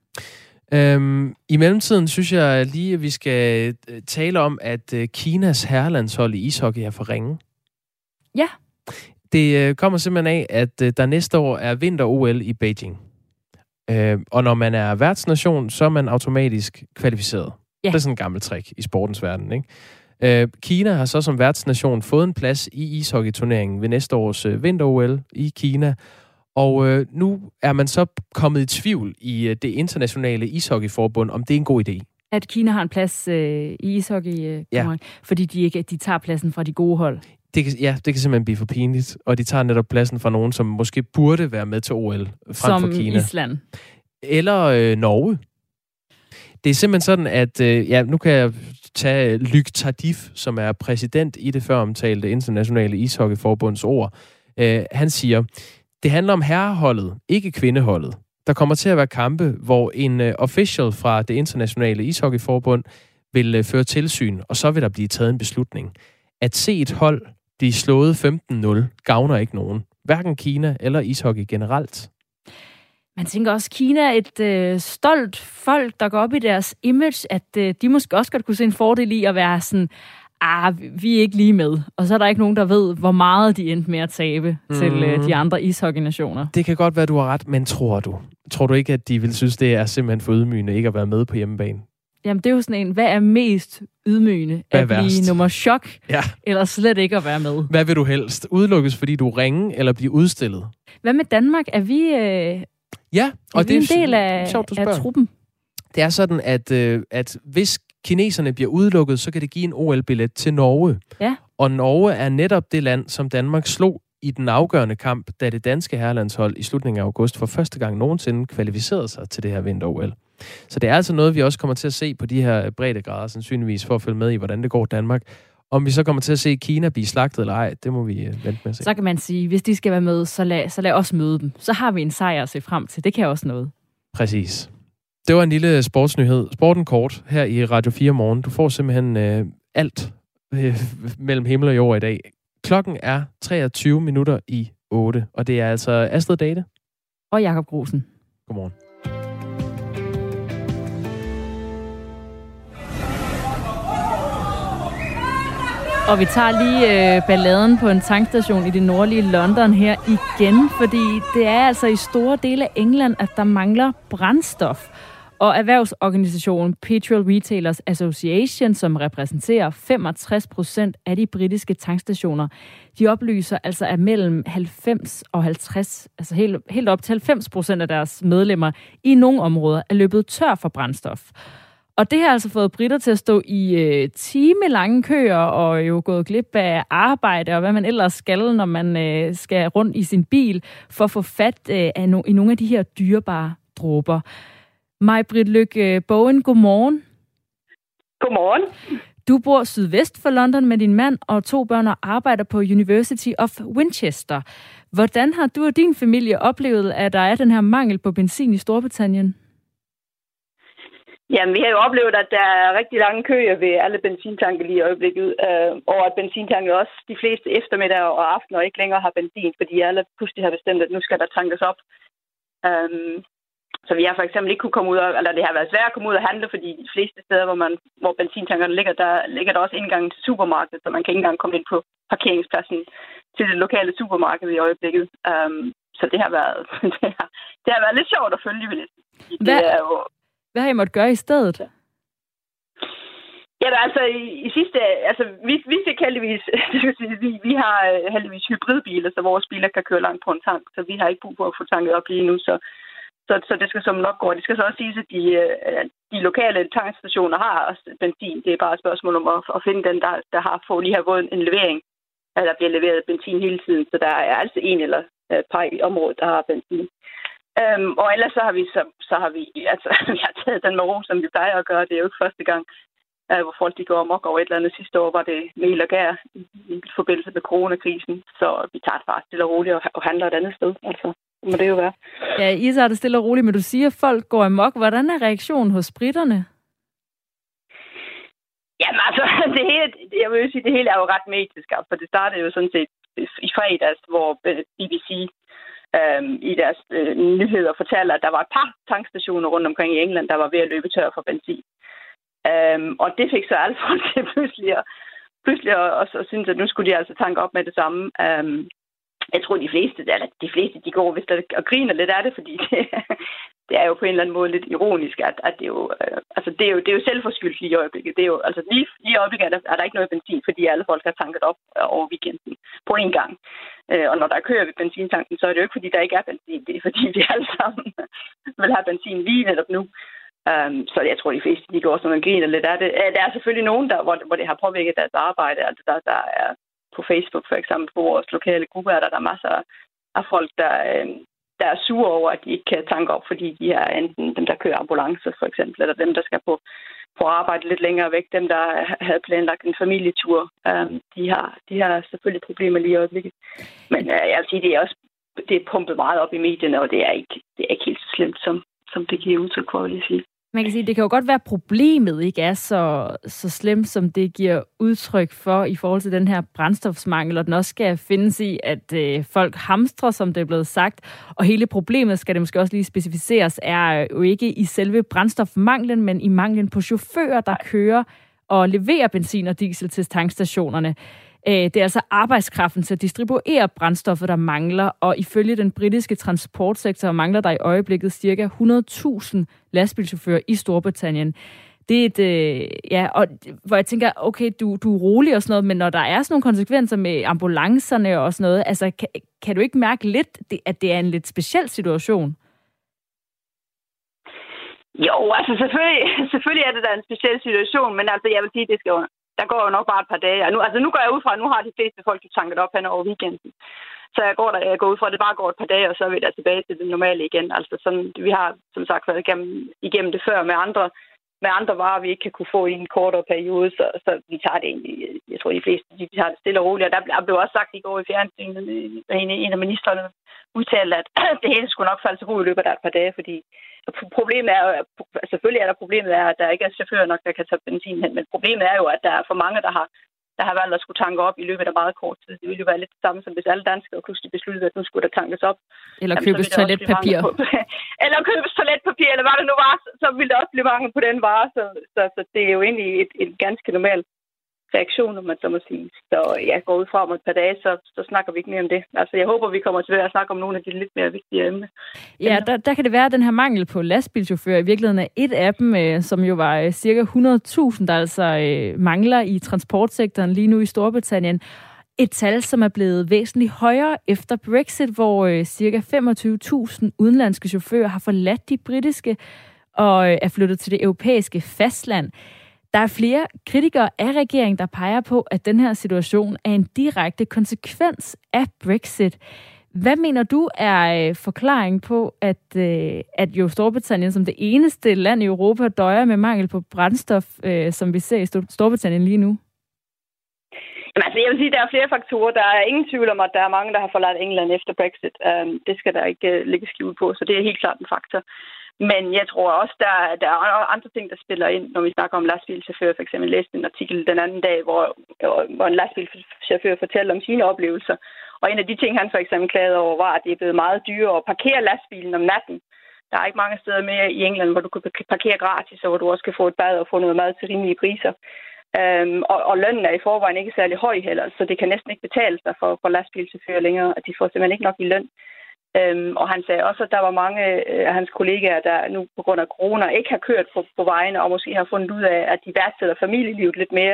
I mellemtiden synes jeg lige, at vi skal tale om, at Kinas herrelandshold i ishockey er for ringe. Ja. Det kommer simpelthen af, at der næste år er vinter-OL i Beijing. Og når man er værtsnation, så er man automatisk kvalificeret. Ja. Det er sådan en gammel trick i sportens verden, ikke? Kina har så som værtsnation fået en plads i ishockeyturneringen ved næste års vinter-OL i Kina. Og nu er man så kommet i tvivl i det internationale ishockeyforbund, om det er en god idé. At Kina har en plads i ishockey, fordi de tager pladsen fra de gode hold. Det kan simpelthen blive for pinligt, og de tager netop pladsen fra nogen, som måske burde være med til OL frem for Kina. Som Island. Eller Norge. Det er simpelthen sådan, at nu kan jeg tage Luc Tardif, som er præsident i det føromtalte internationale ishockeyforbunds ord. Han siger, det handler om herreholdet, ikke kvindeholdet. Der kommer til at være kampe, hvor en official fra det internationale ishockeyforbund vil føre tilsyn, og så vil der blive taget en beslutning. At se et hold blive slået 15-0 gavner ikke nogen. Hverken Kina eller ishockey generelt. Man tænker også, at Kina er et stolt folk, der går op i deres image, at de måske også godt kunne se en fordel i at være sådan, vi er ikke lige med. Og så er der ikke nogen, der ved, hvor meget de endte med at tabe til de andre ishockeynationer. Det kan godt være, du har ret, men tror du ikke, at de vil synes, det er simpelthen for ydmygende ikke at være med på hjemmebane? Jamen, det er jo sådan en, hvad er mest ydmygende? At blive nummer chok, eller slet ikke at være med? Hvad vil du helst? Udelukkes, fordi du ringe, eller blive udstillet? Hvad med Danmark? Er vi, og det er en del af truppen? Det er sådan, at hvis kineserne bliver udelukket, så kan det give en OL-billet til Norge. Ja. Og Norge er netop det land, som Danmark slog i den afgørende kamp, da det danske herrelandshold i slutningen af august for første gang nogensinde kvalificerede sig til det her vinter-OL. Så det er altså noget, vi også kommer til at se på de her breddegrader, sandsynligvis for at følge med i, hvordan det går Danmark. Om vi så kommer til at se Kina blive slagtet eller ej, det må vi vente med at se. Så kan man sige, hvis de skal være med, så lad os møde dem. Så har vi en sejr at se frem til. Det kan også noget. Præcis. Det var en lille sportsnyhed. Sporten kort her i Radio 4 morgen. Du får simpelthen alt mellem himmel og jord i dag. Klokken er 7:23, og det er altså Astrid Date. Og Jakob Grosen. Godmorgen. Og vi tager lige balladen på en tankstation i det nordlige London her igen, fordi det er altså i store dele af England, at der mangler brændstof. Og erhvervsorganisationen Petrol Retailers Association, som repræsenterer 65% af de britiske tankstationer, de oplyser altså, at mellem 90 og 50, altså helt op til 90% af deres medlemmer i nogle områder er løbet tør for brændstof. Og det har altså fået britter til at stå i timelange køer og jo gået glip af arbejde og hvad man ellers skal, når man skal rundt i sin bil for at få fat i nogle af de her dyrebare dråber. Maj-Britt Lykke Bowen, godmorgen. Godmorgen. Du bor sydvest for London med din mand og 2 børn og arbejder på University of Winchester. Hvordan har du og din familie oplevet, at der er den her mangel på benzin i Storbritannien? Jamen, vi har jo oplevet, at der er rigtig lange køer ved alle benzintanke lige i øjeblikket, og at benzintanke også de fleste eftermiddage og aftener ikke længere har benzin, fordi alle pludselig har bestemt, at nu skal der tankes op. Så vi har for eksempel ikke kunne komme ud, eller det har været svært at komme ud og handle, fordi de fleste steder, hvor benzintankerne ligger, der ligger der også indgangen til supermarkedet, så man kan ikke engang komme ind på parkeringspladsen til det lokale supermarked i øjeblikket. Så det har været lidt sjovt at følge, vil jeg sige. Hvad har I måttet gøre i stedet? Ja, altså i sidste... Altså, vi fik heldigvis... vi har heldigvis hybridbiler, så vores biler kan køre langt på en tank, så vi har ikke brug for at få tanket op lige nu, så det skal som nok gå. Det skal så også sige, at de lokale tankstationer har også benzin. Det er bare et spørgsmål om at finde den, der har lige har fået en levering, at der bliver leveret benzin hele tiden, så der er altså en eller et par i området, der har benzin. Og ellers så har vi taget den med ro, som vi plejer at gøre. Det er jo ikke første gang, hvor folk de går amok over et eller andet. Sidste år var det mel og gær i forbindelse med coronakrisen. Så vi tager det bare stille og roligt og handler et andet sted. Altså, må det jo være. Ja, I tager det stille og roligt, men du siger, at folk går amok. Hvordan er reaktionen hos briterne? Jamen altså, jeg vil jo sige, det hele er jo ret medieskab, for det startede jo sådan set i fredags, hvor BBC i deres nyheder fortalte, at der var et par tankstationer rundt omkring i England, der var ved at løbe tør for benzin. Og det fik så alle folk til pludselig at synes, at nu skulle de altså tanke op med det samme. Jeg tror, de fleste de går vist og griner lidt af det, fordi det er jo på en eller anden måde lidt ironisk, at det er jo selvforskyldt lige i øjeblikket. Det er jo, altså lige i øjeblikket er der ikke noget benzin, fordi alle folk har tanket op over weekenden på en gang. Og når der er køer ved benzintanken, så er det jo ikke, fordi der ikke er benzin. Det er, fordi vi alle sammen vil have benzin lige netop nu. Så jeg tror, de fleste de går sådan og griner lidt af det. Der er selvfølgelig nogen, hvor det har påvirket deres arbejde. Altså der er på Facebook for eksempel, på vores lokale grupper, der er masser af folk, der er sure over, at de ikke kan tanke op, fordi de er enten dem, der kører ambulance for eksempel, eller dem, der skal på arbejde lidt længere væk, dem, der havde planlagt en familietur. De har selvfølgelig problemer lige i øjeblikket. Men jeg vil sige, det er pumpet meget op i medierne, og det er ikke helt så slemt, som det giver udtryk for, vil jeg sige. Man kan sige, det kan jo godt være, at problemet ikke er så slemt, som det giver udtryk for i forhold til den her brændstofsmangel, og den også skal findes i, at folk hamstrer, som det er blevet sagt. Og hele problemet, skal det måske også lige specificeres, er jo ikke i selve brændstofmanglen, men i manglen på chauffører, der kører og leverer benzin og diesel til tankstationerne. Det er altså arbejdskraften til at distribuere brændstoffet, der mangler, og ifølge den britiske transportsektor mangler der i øjeblikket ca. 100.000 lastbilchauffører i Storbritannien. Det er og hvor jeg tænker, okay, du er rolig og sådan noget, men når der er sådan nogle konsekvenser med ambulancerne og sådan noget, altså kan du ikke mærke lidt, at det er en lidt speciel situation? Jo, altså selvfølgelig er det da en speciel situation, men altså jeg vil sige, der går jo nok bare et par dage. Nu går jeg ud fra, at nu har de fleste folk tanket op hen over weekenden. Så jeg går ud fra, at det bare går et par dage, og så er vi der tilbage til det normale igen. Altså sådan, vi har som sagt været igennem det før med andre varer, vi ikke kan kunne få i en kortere periode. Så vi tager det egentlig, jeg tror de fleste, de tager det stille og roligt. Og der blev også sagt i går i fjernsynet, en af ministerne udtalte, at det hele skulle nok falde til ro i løbet af et par dage, fordi problemet er jo, selvfølgelig er der problemet er, at der ikke er chauffører nok, der kan tage benzin hen, men problemet er jo, at der er for mange, der har valgt at skulle tanke op i løbet af meget kort tid. Det ville jo være lidt det samme, som hvis alle danskere pludselig besluttede, at nu skulle der tankes op. Eller købes toiletpapir. Eller købes toiletpapir, eller hvad det nu var, så ville der også blive mange på den vare. Så det er jo egentlig et ganske normalt reaktion, om man så må sige. Så jeg går ud fra om et par dage, så snakker vi ikke mere om det. Altså, jeg håber, vi kommer til at snakke om nogle af de lidt mere vigtige emner. Ja, der kan det være, at den her mangel på lastbilchauffører i virkeligheden er et af dem, som jo var cirka 100.000, der altså mangler i transportsektoren lige nu i Storbritannien. Et tal, som er blevet væsentligt højere efter Brexit, hvor cirka 25.000 udenlandske chauffører har forladt de britiske og er flyttet til det europæiske fastland. Der er flere kritikere af regeringen, der peger på, at den her situation er en direkte konsekvens af Brexit. Hvad mener du er forklaring på, at jo Storbritannien som det eneste land i Europa døjer med mangel på brændstof, som vi ser i Storbritannien lige nu? Jamen, altså, jeg vil sige, at der er flere faktorer. Der er ingen tvivl om, at der er mange, der har forladt England efter Brexit. Det skal der ikke ligge skjult på, så det er helt klart en faktor. Men jeg tror også, der er andre ting, der spiller ind, når vi snakker om lastbilchauffører. For eksempel læste en artikel den anden dag, hvor en lastbilchauffør fortalte om sine oplevelser. Og en af de ting, han for eksempel klagede over, var, at det er blevet meget dyrere at parkere lastbilen om natten. Der er ikke mange steder mere i England, hvor du kan parkere gratis, og hvor du også kan få et bad og få noget mad til rimelige priser. Og lønnen er i forvejen ikke særlig høj heller, så det kan næsten ikke betale sig for lastbilchauffører længere, at de får simpelthen ikke nok i løn. Og han sagde også, at der var mange af hans kollegaer, der nu på grund af corona ikke har kørt på vejene, og måske har fundet ud af, at de værdsætter familielivet lidt mere,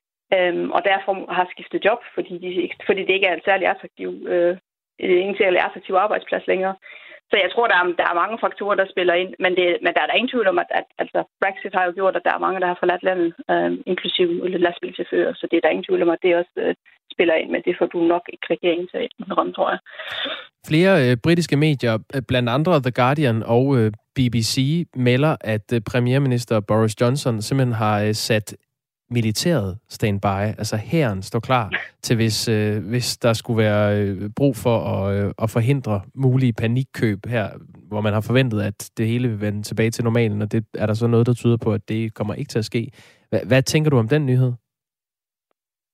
og derfor har skiftet job, fordi det ikke er en særlig attraktiv arbejdsplads længere. Så jeg tror, der er mange faktorer, der spiller ind, men der er der ingen tvivl om, at altså Brexit har jo gjort, at der er mange, der har forladt landet, inklusive lastbilchauffører, så det er der ingen tvivl om, at det også spiller ind, men det får du nok ikke regeringen til at indrømme, tror jeg. Flere britiske medier, blandt andre The Guardian og BBC, melder, at premierminister Boris Johnson simpelthen har sat militæret standby, altså hæren står klar til, hvis der skulle være brug for at forhindre mulige panikkøb her, hvor man har forventet, at det hele vil vende tilbage til normalen, og det er der så noget, der tyder på, at det kommer ikke til at ske. Hvad tænker du om den nyhed?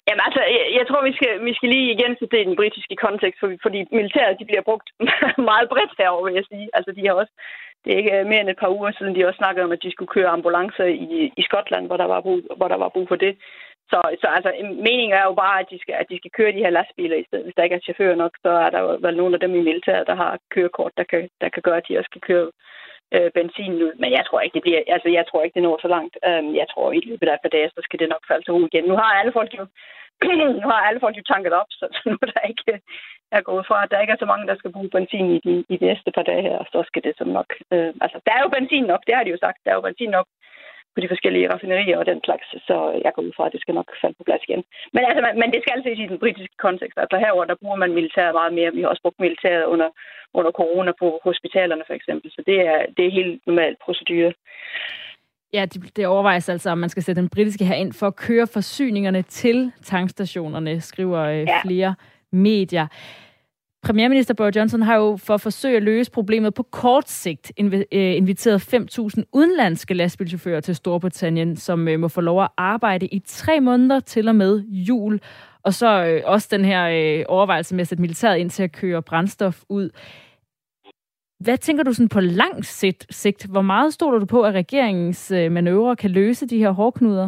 Jamen altså, jeg tror, vi skal lige igen se det i den britiske kontekst, fordi militæret, de bliver brugt meget bredt herovre, vil jeg sige. Altså, de har også, det er ikke mere end et par uger siden, de også snakkede om, at de skulle køre ambulancer i Skotland, hvor der var brug for det. Så altså, meningen er jo bare, at de skal køre de her lastbiler i stedet. Hvis der ikke er chauffører nok, så er der jo vel nogle af dem i militæret, der har kørekort, der kan gøre, at de også kan køre benzinen ud. Men jeg tror ikke, det når så langt. Jeg tror, i løbet af et par dage, så skal det nok falde til ro igen. Nu har alle folk jo tanket op, så nu er der ikke er gået fra, at der ikke er så mange, der skal bruge benzin i de næste par dage her, og så skal det som nok... der er jo benzin nok, det har de jo sagt. Der er jo benzin nok på de forskellige raffinerier og den slags, så jeg går ud fra, at det skal nok falde på plads igen. Men det skal ses i den britiske kontekst. Altså herover der bruger man militæret meget mere. Vi har også brugt militæret under corona på hospitalerne for eksempel, så det er helt normal procedure. Ja, det overvejes altså, om man skal sætte den britiske her ind for at køre forsyningerne til tankstationerne, skriver flere medier. Premierminister Boris Johnson har jo for at forsøge at løse problemet på kort sigt inviteret 5.000 udenlandske lastbilchauffører til Storbritannien, som må få lov at arbejde i 3 måneder til og med jul. Og så også den her overvejelse med at sætte militæret ind til at køre brændstof ud. Hvad tænker du sådan på lang sigt? Hvor meget stoler du på, at regeringens manøvrer kan løse de her hårdknuder?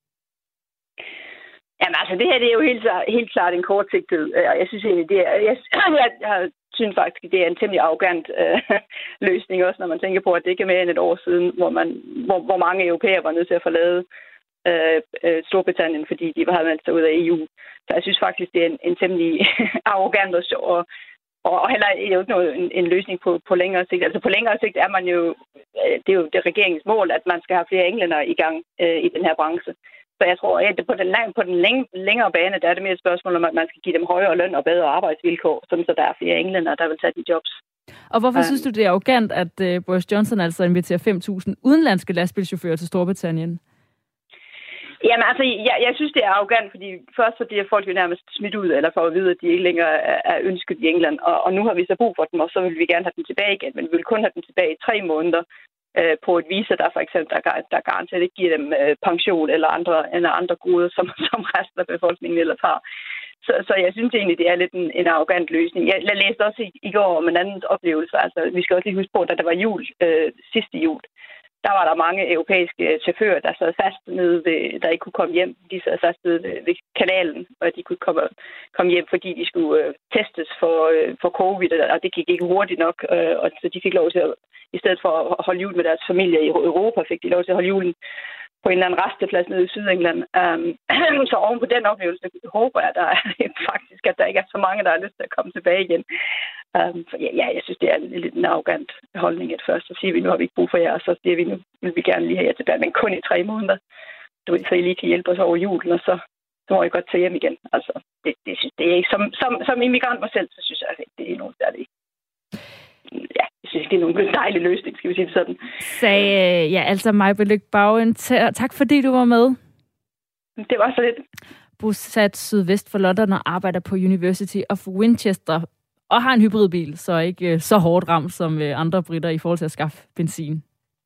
Jamen altså, det her det er jo helt klart en kortsigtet. Jeg synes egentlig, jeg synes faktisk, det er en temmelig arrogant løsning også, når man tænker på, at det ikke er mere end et år siden, hvor mange europæere var nødt til at forlade Storbritannien, fordi de havde meldt sig ud af EU. Så jeg synes faktisk, det er en temmelig arrogant og heller jo ikke en løsning på længere sigt. Altså på længere sigt er man jo, det er jo det regeringens mål, at man skal have flere englænder i gang i den her branche. Så jeg tror, at på den længere bane, der er det mere et spørgsmål om, at man skal give dem højere løn og bedre arbejdsvilkår, sådan så der er flere englænder, der vil tage de jobs. Og hvorfor synes du, det er arrogant, at Boris Johnson altså inviterer 5.000 udenlandske lastbilchauffører til Storbritannien? Jamen altså, jeg synes, det er arrogant, fordi først så bliver folk jo nærmest smidt ud, eller for at vide, at de ikke længere er ønsket i England. Og nu har vi så brug for dem, og så vil vi gerne have dem tilbage igen, men vi vil kun have dem tilbage i 3 måneder. På et visa, der for eksempel der garanteret ikke giver dem pension eller andre goder, som resten af befolkningen ellers har. Så jeg synes egentlig, det er lidt en arrogant løsning. Jeg læste også i går om en anden oplevelse. Altså, vi skal også lige huske på, at da der var jul sidste jul, der var der mange europæiske chauffører, der sad fast nede der ikke kunne komme hjem. De sad fast ved kanalen, og de kunne komme hjem, fordi de skulle testes for covid, og det gik ikke hurtigt nok. Og så de fik lov til at, i stedet for at holde jul med deres familie i Europa, fik de lov til at holde julen på en eller anden resteplads nede i Sydengland. Så oven på den oplevelse håber jeg, at der ikke er så mange, der har lyst til at komme tilbage igen. Jeg synes, det er lidt en arrogant holdning at først. Så siger vi, nu har vi ikke brug for jer, og så siger vi, nu vil vi gerne lige have jer tilbage, men kun i 3 måneder. Så I lige kan hjælpe os over julen, og så må I godt tage hjem igen. Altså, det er ikke som immigrant mig selv, så synes jeg, at det er noget særligt. Ja, jeg synes, det er nogen dejlig løsning, skal vi sige det sådan. Altså Maj-Britt Lykke-Bauen, tak fordi du var med. Det var så lidt. Bosat sydvest for London og arbejder på University of Winchester og har en hybridbil, så ikke så hårdt ramt som andre britter i forhold til at skaffe benzin.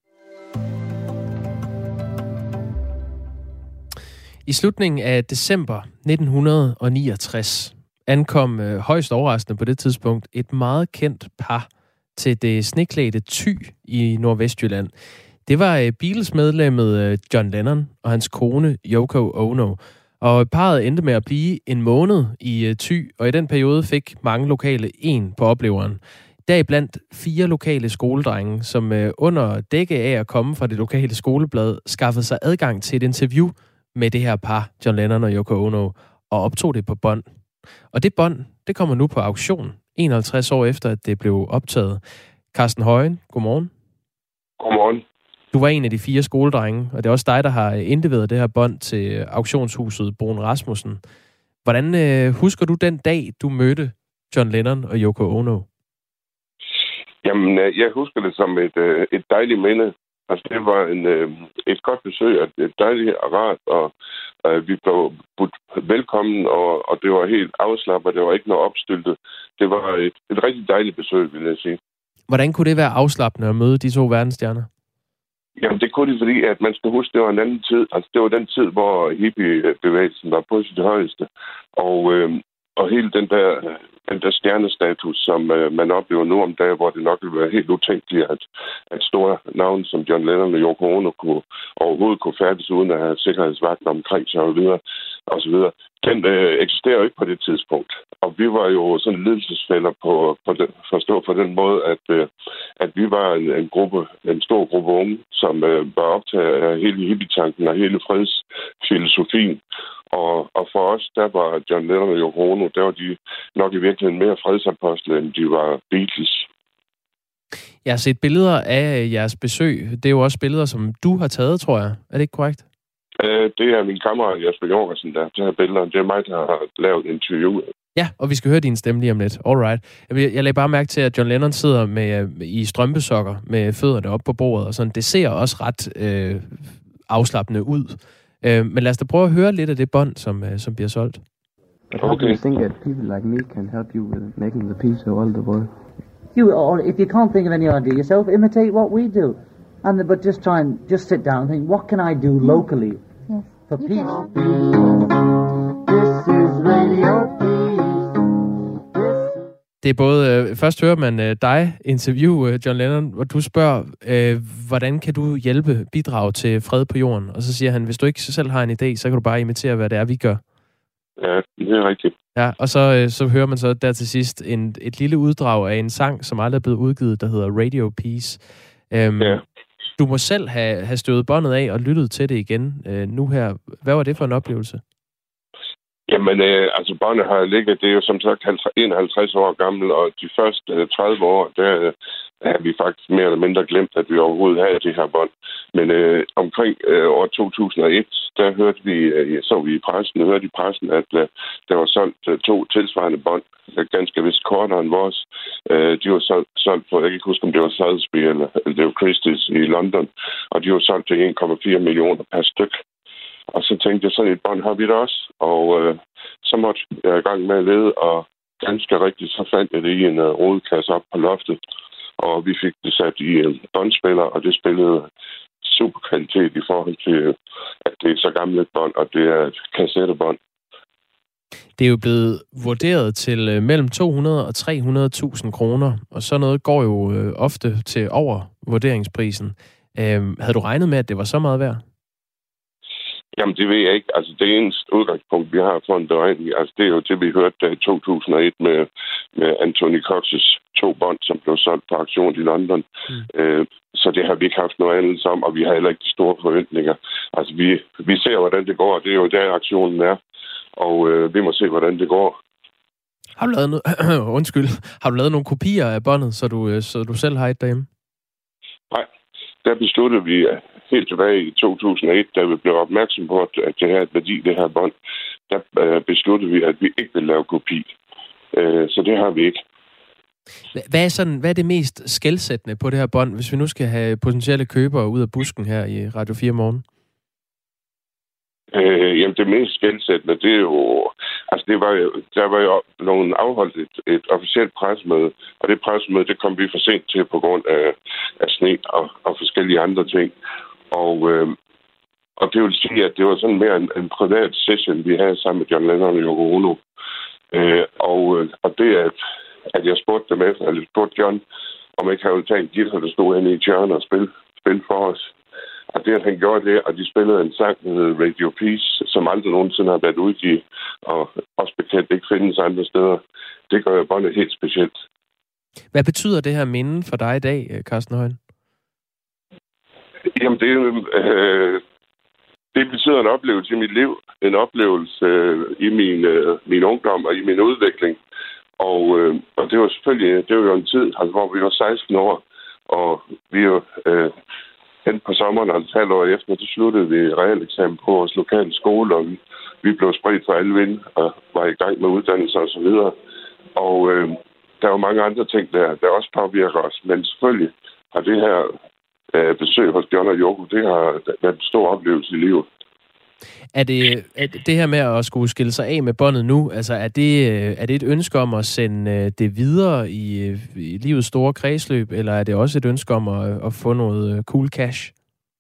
I slutningen af december 1969 ankom højst overraskende på det tidspunkt et meget kendt par til det sneklædte Thy i Nordvestjylland. Det var Beatles-medlemmet John Lennon og hans kone Yoko Ono. Og parret endte med at blive en måned i Thy, og i den periode fik mange lokale en på opleveren. Deriblandt 4 lokale skoledrenge, som under dække af at komme fra det lokale skoleblad, skaffede sig adgang til et interview med det her par, John Lennon og Yoko Ono, og optog det på bånd. Og det bånd, det kommer nu på auktion, 51 år efter, at det blev optaget. Carsten Højen, godmorgen. Godmorgen. Du var en af de 4 skoledrenge, og det er også dig, der har indleveret det her bånd til auktionshuset Brun Rasmussen. Hvordan husker du den dag, du mødte John Lennon og Yoko Ono? Jamen, jeg husker det som et dejligt minde. Altså, det var et godt besøg, og et dejligt og rart, og vi blev budt velkommen, og det var helt afslappet, det var ikke noget opstyltet. Det var et rigtig dejligt besøg, vil jeg sige. Hvordan kunne det være afslappende at møde de 2 verdensstjerner? Jamen, det kunne det, fordi at man skal huske, det var en anden tid. Altså, det var den tid, hvor hippiebevægelsen var på sit højeste. Og hele den der stjernestatus, som man oplever nu om dagen, hvor det nok vil være helt utænkeligt, at store navne som John Lennon og Yoko Ono overhovedet kunne færdes uden at have sikkerhedsvagten omkring sig og så videre. Den eksisterer jo ikke på det tidspunkt. Og vi var jo sådan lidelsesfælder forstå på den måde, at vi var en stor gruppe unge, som var optaget af hele hippietanken og hele fredsfilosofien. Og for os, der var John Lennon og Yoko Ono, der var de nok i virkeligheden mere fredsapostle, end de var Beatles. Jeg har set billeder af jeres besøg. Det er jo også billeder, som du har taget, tror jeg. Er det ikke korrekt? Det er min kammerat Jesper Jorgensen, der tager billeder. Det er mig, der har lavet interview. Ja, og vi skal høre din stemme lige om lidt. Alright. Jeg lagde bare mærke til, at John Lennon sidder i strømpesokker med fødderne op på bordet, og sådan. Det ser også ret afslappende ud. Men lad os da prøve at høre lidt af det bånd, som bliver solgt. But how do you think that people like me can help you with making the peace of all the world? If you can't think of any idea yourself, imitate what we do. But just sit down and think, what can I do locally for peace? This is Radio Peace. Det er både, først hører man dig interview John Lennon, og du spørger, hvordan kan du hjælpe, bidrage til fred på jorden? Og så siger han, hvis du ikke selv har en idé, så kan du bare imitere, hvad det er, vi gør. Ja, det er rigtigt. Ja, og så hører man så der til sidst et lille uddrag af en sang, som aldrig er blevet udgivet, der hedder Radio Peace. Ja. Du må selv have støvet båndet af og lyttet til det igen nu her. Hvad var det for en oplevelse? Jamen, båndet har ligget, det er jo som sagt 51 år gammel, og de første 30 år, der har vi faktisk mere eller mindre glemt, at vi overhovedet havde det her bånd. Men omkring år 2001, der hørte vi i pressen, at der var solgt 2 tilsvarende bånd, ganske vist kortere end vores. De var solgt for, jeg kan ikke huske, om det var Sotheby's eller det var Christie's i London, og de var solgt til 1,4 millioner per styk. Og så tænkte jeg, sådan et bånd har vi da også. Og så måtte jeg i gang med at lede, og ganske rigtigt, så fandt jeg det i en rodekasse op på loftet. Og vi fik det sat i en båndspiller, og det spillede super kvalitet i forhold til, at det er så gammelt et bånd, og det er et kassettebånd. Det er jo blevet vurderet til mellem 200 og 300.000 kroner, og sådan noget går jo ofte til over vurderingsprisen. Havde du regnet med, at det var så meget værd? Jamen, det ved jeg ikke. Altså, det eneste udgangspunkt, vi har for en beregning, altså, det er jo det, vi hørte i 2001 med Anthony Cox's 2 bånd, som blev solgt på auktion i London. Så det har vi ikke haft noget andet om, og vi har heller ikke de store forventninger. Altså, vi ser, hvordan det går, og det er jo der, aktionen er. Og vi må se, hvordan det går. Har du lavet Har du lavet nogle kopier af båndet, så du selv har et derhjemme? Nej. Der besluttede vi helt tilbage i 2001, da vi blev opmærksom på, at det her værdi, det her bånd, der besluttede vi, at vi ikke vil lave kopi. Så det har vi ikke. Hvad er det mest skelsættende på det her bånd, hvis vi nu skal have potentielle købere ud af busken her i Radio 4 morgen? Jamen, det mest skelsættende, det er jo... Altså, der var jo nogen afholdt et officielt pressemøde, og det pressemøde, det kom vi for sent til på grund af sne og forskellige andre ting. Og det vil sige, at det var sådan mere en privat session, vi havde sammen med John Lennon og Yoko Ono. Og det, at jeg spurgte dem efter, eller spurgte John, om ikke han ville tage en guitar, der stod henne i hjørnet og spille for os. Og det, at han gjorde det, og de spillede en sang, der hedder Radio Peace, som aldrig nogensinde har været udgivet, og også bekendt ikke findes andre steder, det gør jo båndet helt specielt. Hvad betyder det her minde for dig i dag, Carsten Højen? Jamen, det betyder en oplevelse i mit liv, en oplevelse i min ungdom og i min udvikling. Og det var selvfølgelig, det var jo en tid, altså, hvor vi var 16 år, og vi jo hen på sommeren, altså halvår efter, så sluttede vi realeksamen på vores lokale skole, og vi blev spredt for alle vind og var i gang med uddannelse og så videre. Og der var mange andre ting, der også påvirker os, men selvfølgelig har det her besøg hos John og Yoko, det har været en stor oplevelse i livet. Er det her med at skulle skille sig af med båndet nu, altså er det et ønske om at sende det videre i livets store kredsløb, eller er det også et ønske om at få noget cool cash?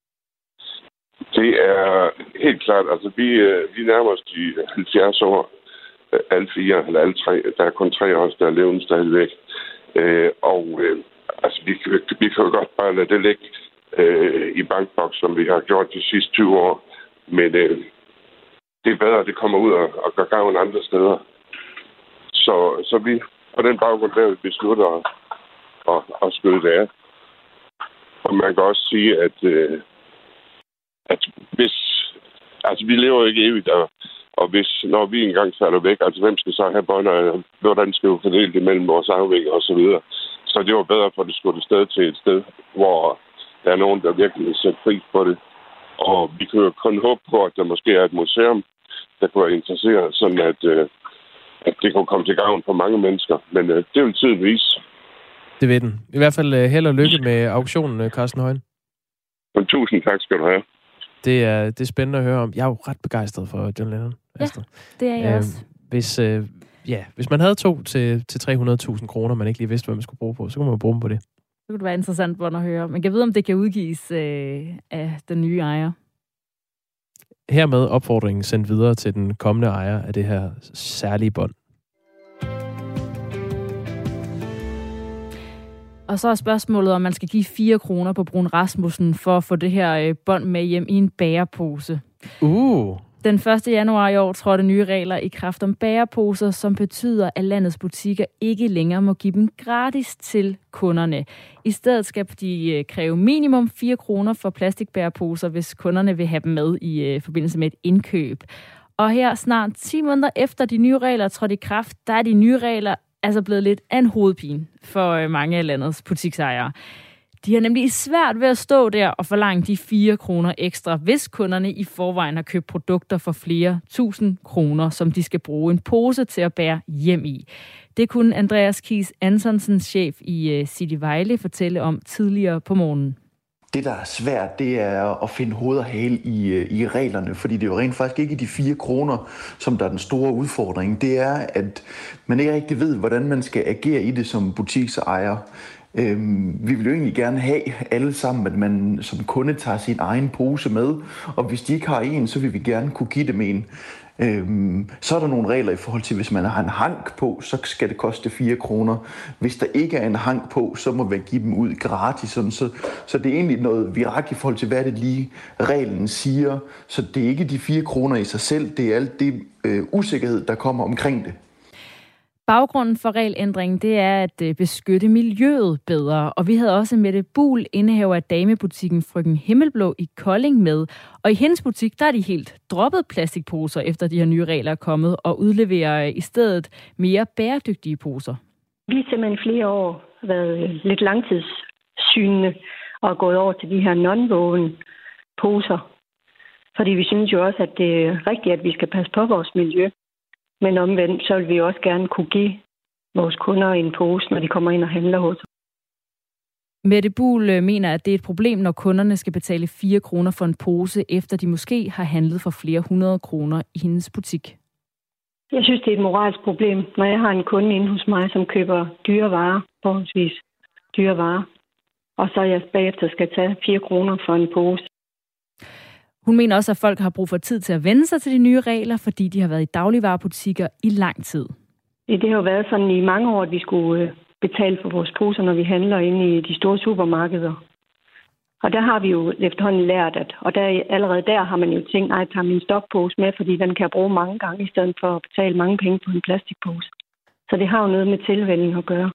Det er helt klart. Altså, vi nærmer os de 70 år. Alle 4 eller alle 3. Der er kun 3 af os, der er levende stadigvæk. Altså, vi kan jo godt bare lade det ligge i bankboks, som vi har gjort de sidste 20 år. Men det er bedre, at det kommer ud og gør gavn andre steder. Så vi på den baggrund der beslutter at skyde det af. Og man kan også sige, at hvis... Altså, vi lever jo ikke evigt, og når vi engang falder væk, altså hvem skal så have bånd, og hvordan skal vi fordele det mellem vores afvinger og så videre. Så det var bedre for, at det skulle et sted til et sted, hvor der er nogen, der virkelig vil sætte pris på det. Og vi kan jo kun håbe på, at der måske er et museum, der kunne være interesseret, sådan at det kunne komme til gavn for mange mennesker. Men det vil tiden vise. Det ved den. I hvert fald held og lykke med auktionen, Carsten Højen. Men tusind tak skal du have. Det er spændende at høre om. Jeg er jo ret begejstret for John Lennon. Ja, det er jeg også. Hvis man havde 2 til 300.000 kroner, man ikke lige vidste, hvad man skulle bruge på, så kunne man bruge dem på det. Det kunne være interessant for at høre. Man kan vide, om det kan udgives af den nye ejer. Hermed opfordringen sendt videre til den kommende ejer af det her særlige bånd. Og så er spørgsmålet, om man skal give 4 kroner på Brun Rasmussen for at få det her bånd med hjem i en bærepose. Den 1. januar i år trådte nye regler i kraft om bæreposer, som betyder, at landets butikker ikke længere må give dem gratis til kunderne. I stedet skal de kræve minimum 4 kroner for plastikbæreposer, hvis kunderne vil have dem med i forbindelse med et indkøb. Og her snart 10 måneder efter de nye regler trådte i kraft, der er de nye regler altså blevet lidt af en hovedpine for mange af landets butiksejere. De har nemlig svært ved at stå der og forlange de 4 kroner ekstra, hvis kunderne i forvejen har købt produkter for flere 1000 kroner, som de skal bruge en pose til at bære hjem i. Det kunne Andreas Kies Antonsen, chef i City Vejle, fortælle om tidligere på morgenen. Det, der er svært, det er at finde hoved og hale i reglerne, fordi det er jo rent faktisk ikke de 4 kroner, som der er den store udfordring. Det er, at man ikke rigtig ved, hvordan man skal agere i det som butiksejer. Vi vil jo egentlig gerne have alle sammen, at man som kunde tager sin egen pose med, og hvis de ikke har en, så vil vi gerne kunne give dem en. Så er der nogle regler i forhold til, hvis man har en hank på, så skal det koste 4 kroner. Hvis der ikke er en hank på, så må man give dem ud gratis. Så det er egentlig noget virak i forhold til, hvad det lige reglen siger. Så det er ikke de 4 kroner i sig selv, det er alt det usikkerhed, der kommer omkring det. Baggrunden for regelændringen, det er at beskytte miljøet bedre. Og vi havde også Mette Buhl, indehaver af damebutikken Frøken Himmelblå i Kolding med. Og i hendes butik, der er de helt droppet plastikposer, efter de her nye regler er kommet, og udleverer i stedet mere bæredygtige poser. Vi har simpelthen flere år været lidt langtidssynende og gået over til de her non-woven poser. Fordi vi synes jo også, at det er rigtigt, at vi skal passe på vores miljø. Men omvendt, så vil vi også gerne kunne give vores kunder en pose, når de kommer ind og handler hos os. Mette Buhl mener, at det er et problem, når kunderne skal betale 4 kroner for en pose, efter de måske har handlet for flere 100 kroner i hendes butik. Jeg synes, det er et moralsk problem, når jeg har en kunde inde hos mig, som køber dyre varer, forholdsvis dyre varer, og så jeg bagefter skal tage 4 kroner for en pose. Hun mener også, at folk har brug for tid til at vende sig til de nye regler, fordi de har været i dagligvarebutikker i lang tid. Det har jo været sådan i mange år, at vi skulle betale for vores poser, når vi handler inde i de store supermarkeder. Og der har vi jo efterhånden lært, allerede der har man jo tænkt, at jeg tager min stokpose med, fordi den kan jeg bruge mange gange, i stedet for at betale mange penge på en plastikpose. Så det har jo noget med tilvænning at gøre.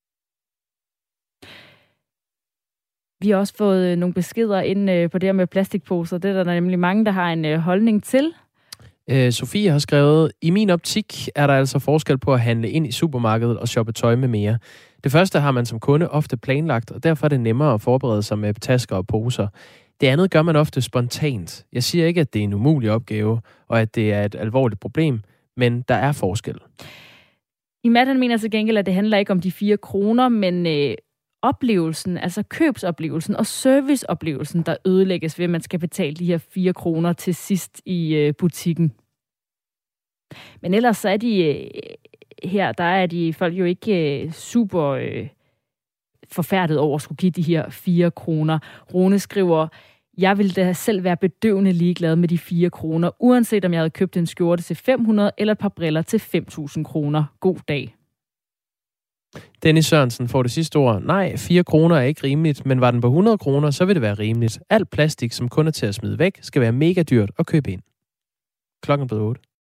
Vi har også fået nogle beskeder ind på det her med plastikposer. Det er der nemlig mange, der har en holdning til. Sofie har skrevet, i min optik er der altså forskel på at handle ind i supermarkedet og shoppe tøj med mere. Det første har man som kunde ofte planlagt, og derfor er det nemmere at forberede sig med tasker og poser. Det andet gør man ofte spontant. Jeg siger ikke, at det er en umulig opgave, og at det er et alvorligt problem, men der er forskel. Imad mener til gengæld, at det handler ikke om de 4 kroner, men oplevelsen, altså købsoplevelsen og serviceoplevelsen, der ødelægges ved, at man skal betale de her 4 kroner til sidst i butikken. Men ellers så er der er de folk jo ikke super forfærdet over at skulle give de her 4 kroner. Rune skriver, Jeg ville da selv være bedøvende ligeglad med de 4 kroner, uanset om jeg havde købt en skjorte til 500 eller et par briller til 5.000 kroner. God dag. Dennis Sørensen får det sidste ord. Nej, 4 kroner er ikke rimeligt, men var den på 100 kroner, så vil det være rimeligt. Alt plastik, som kun er til at smide væk, skal være mega dyrt at købe ind. Klokken blev 8.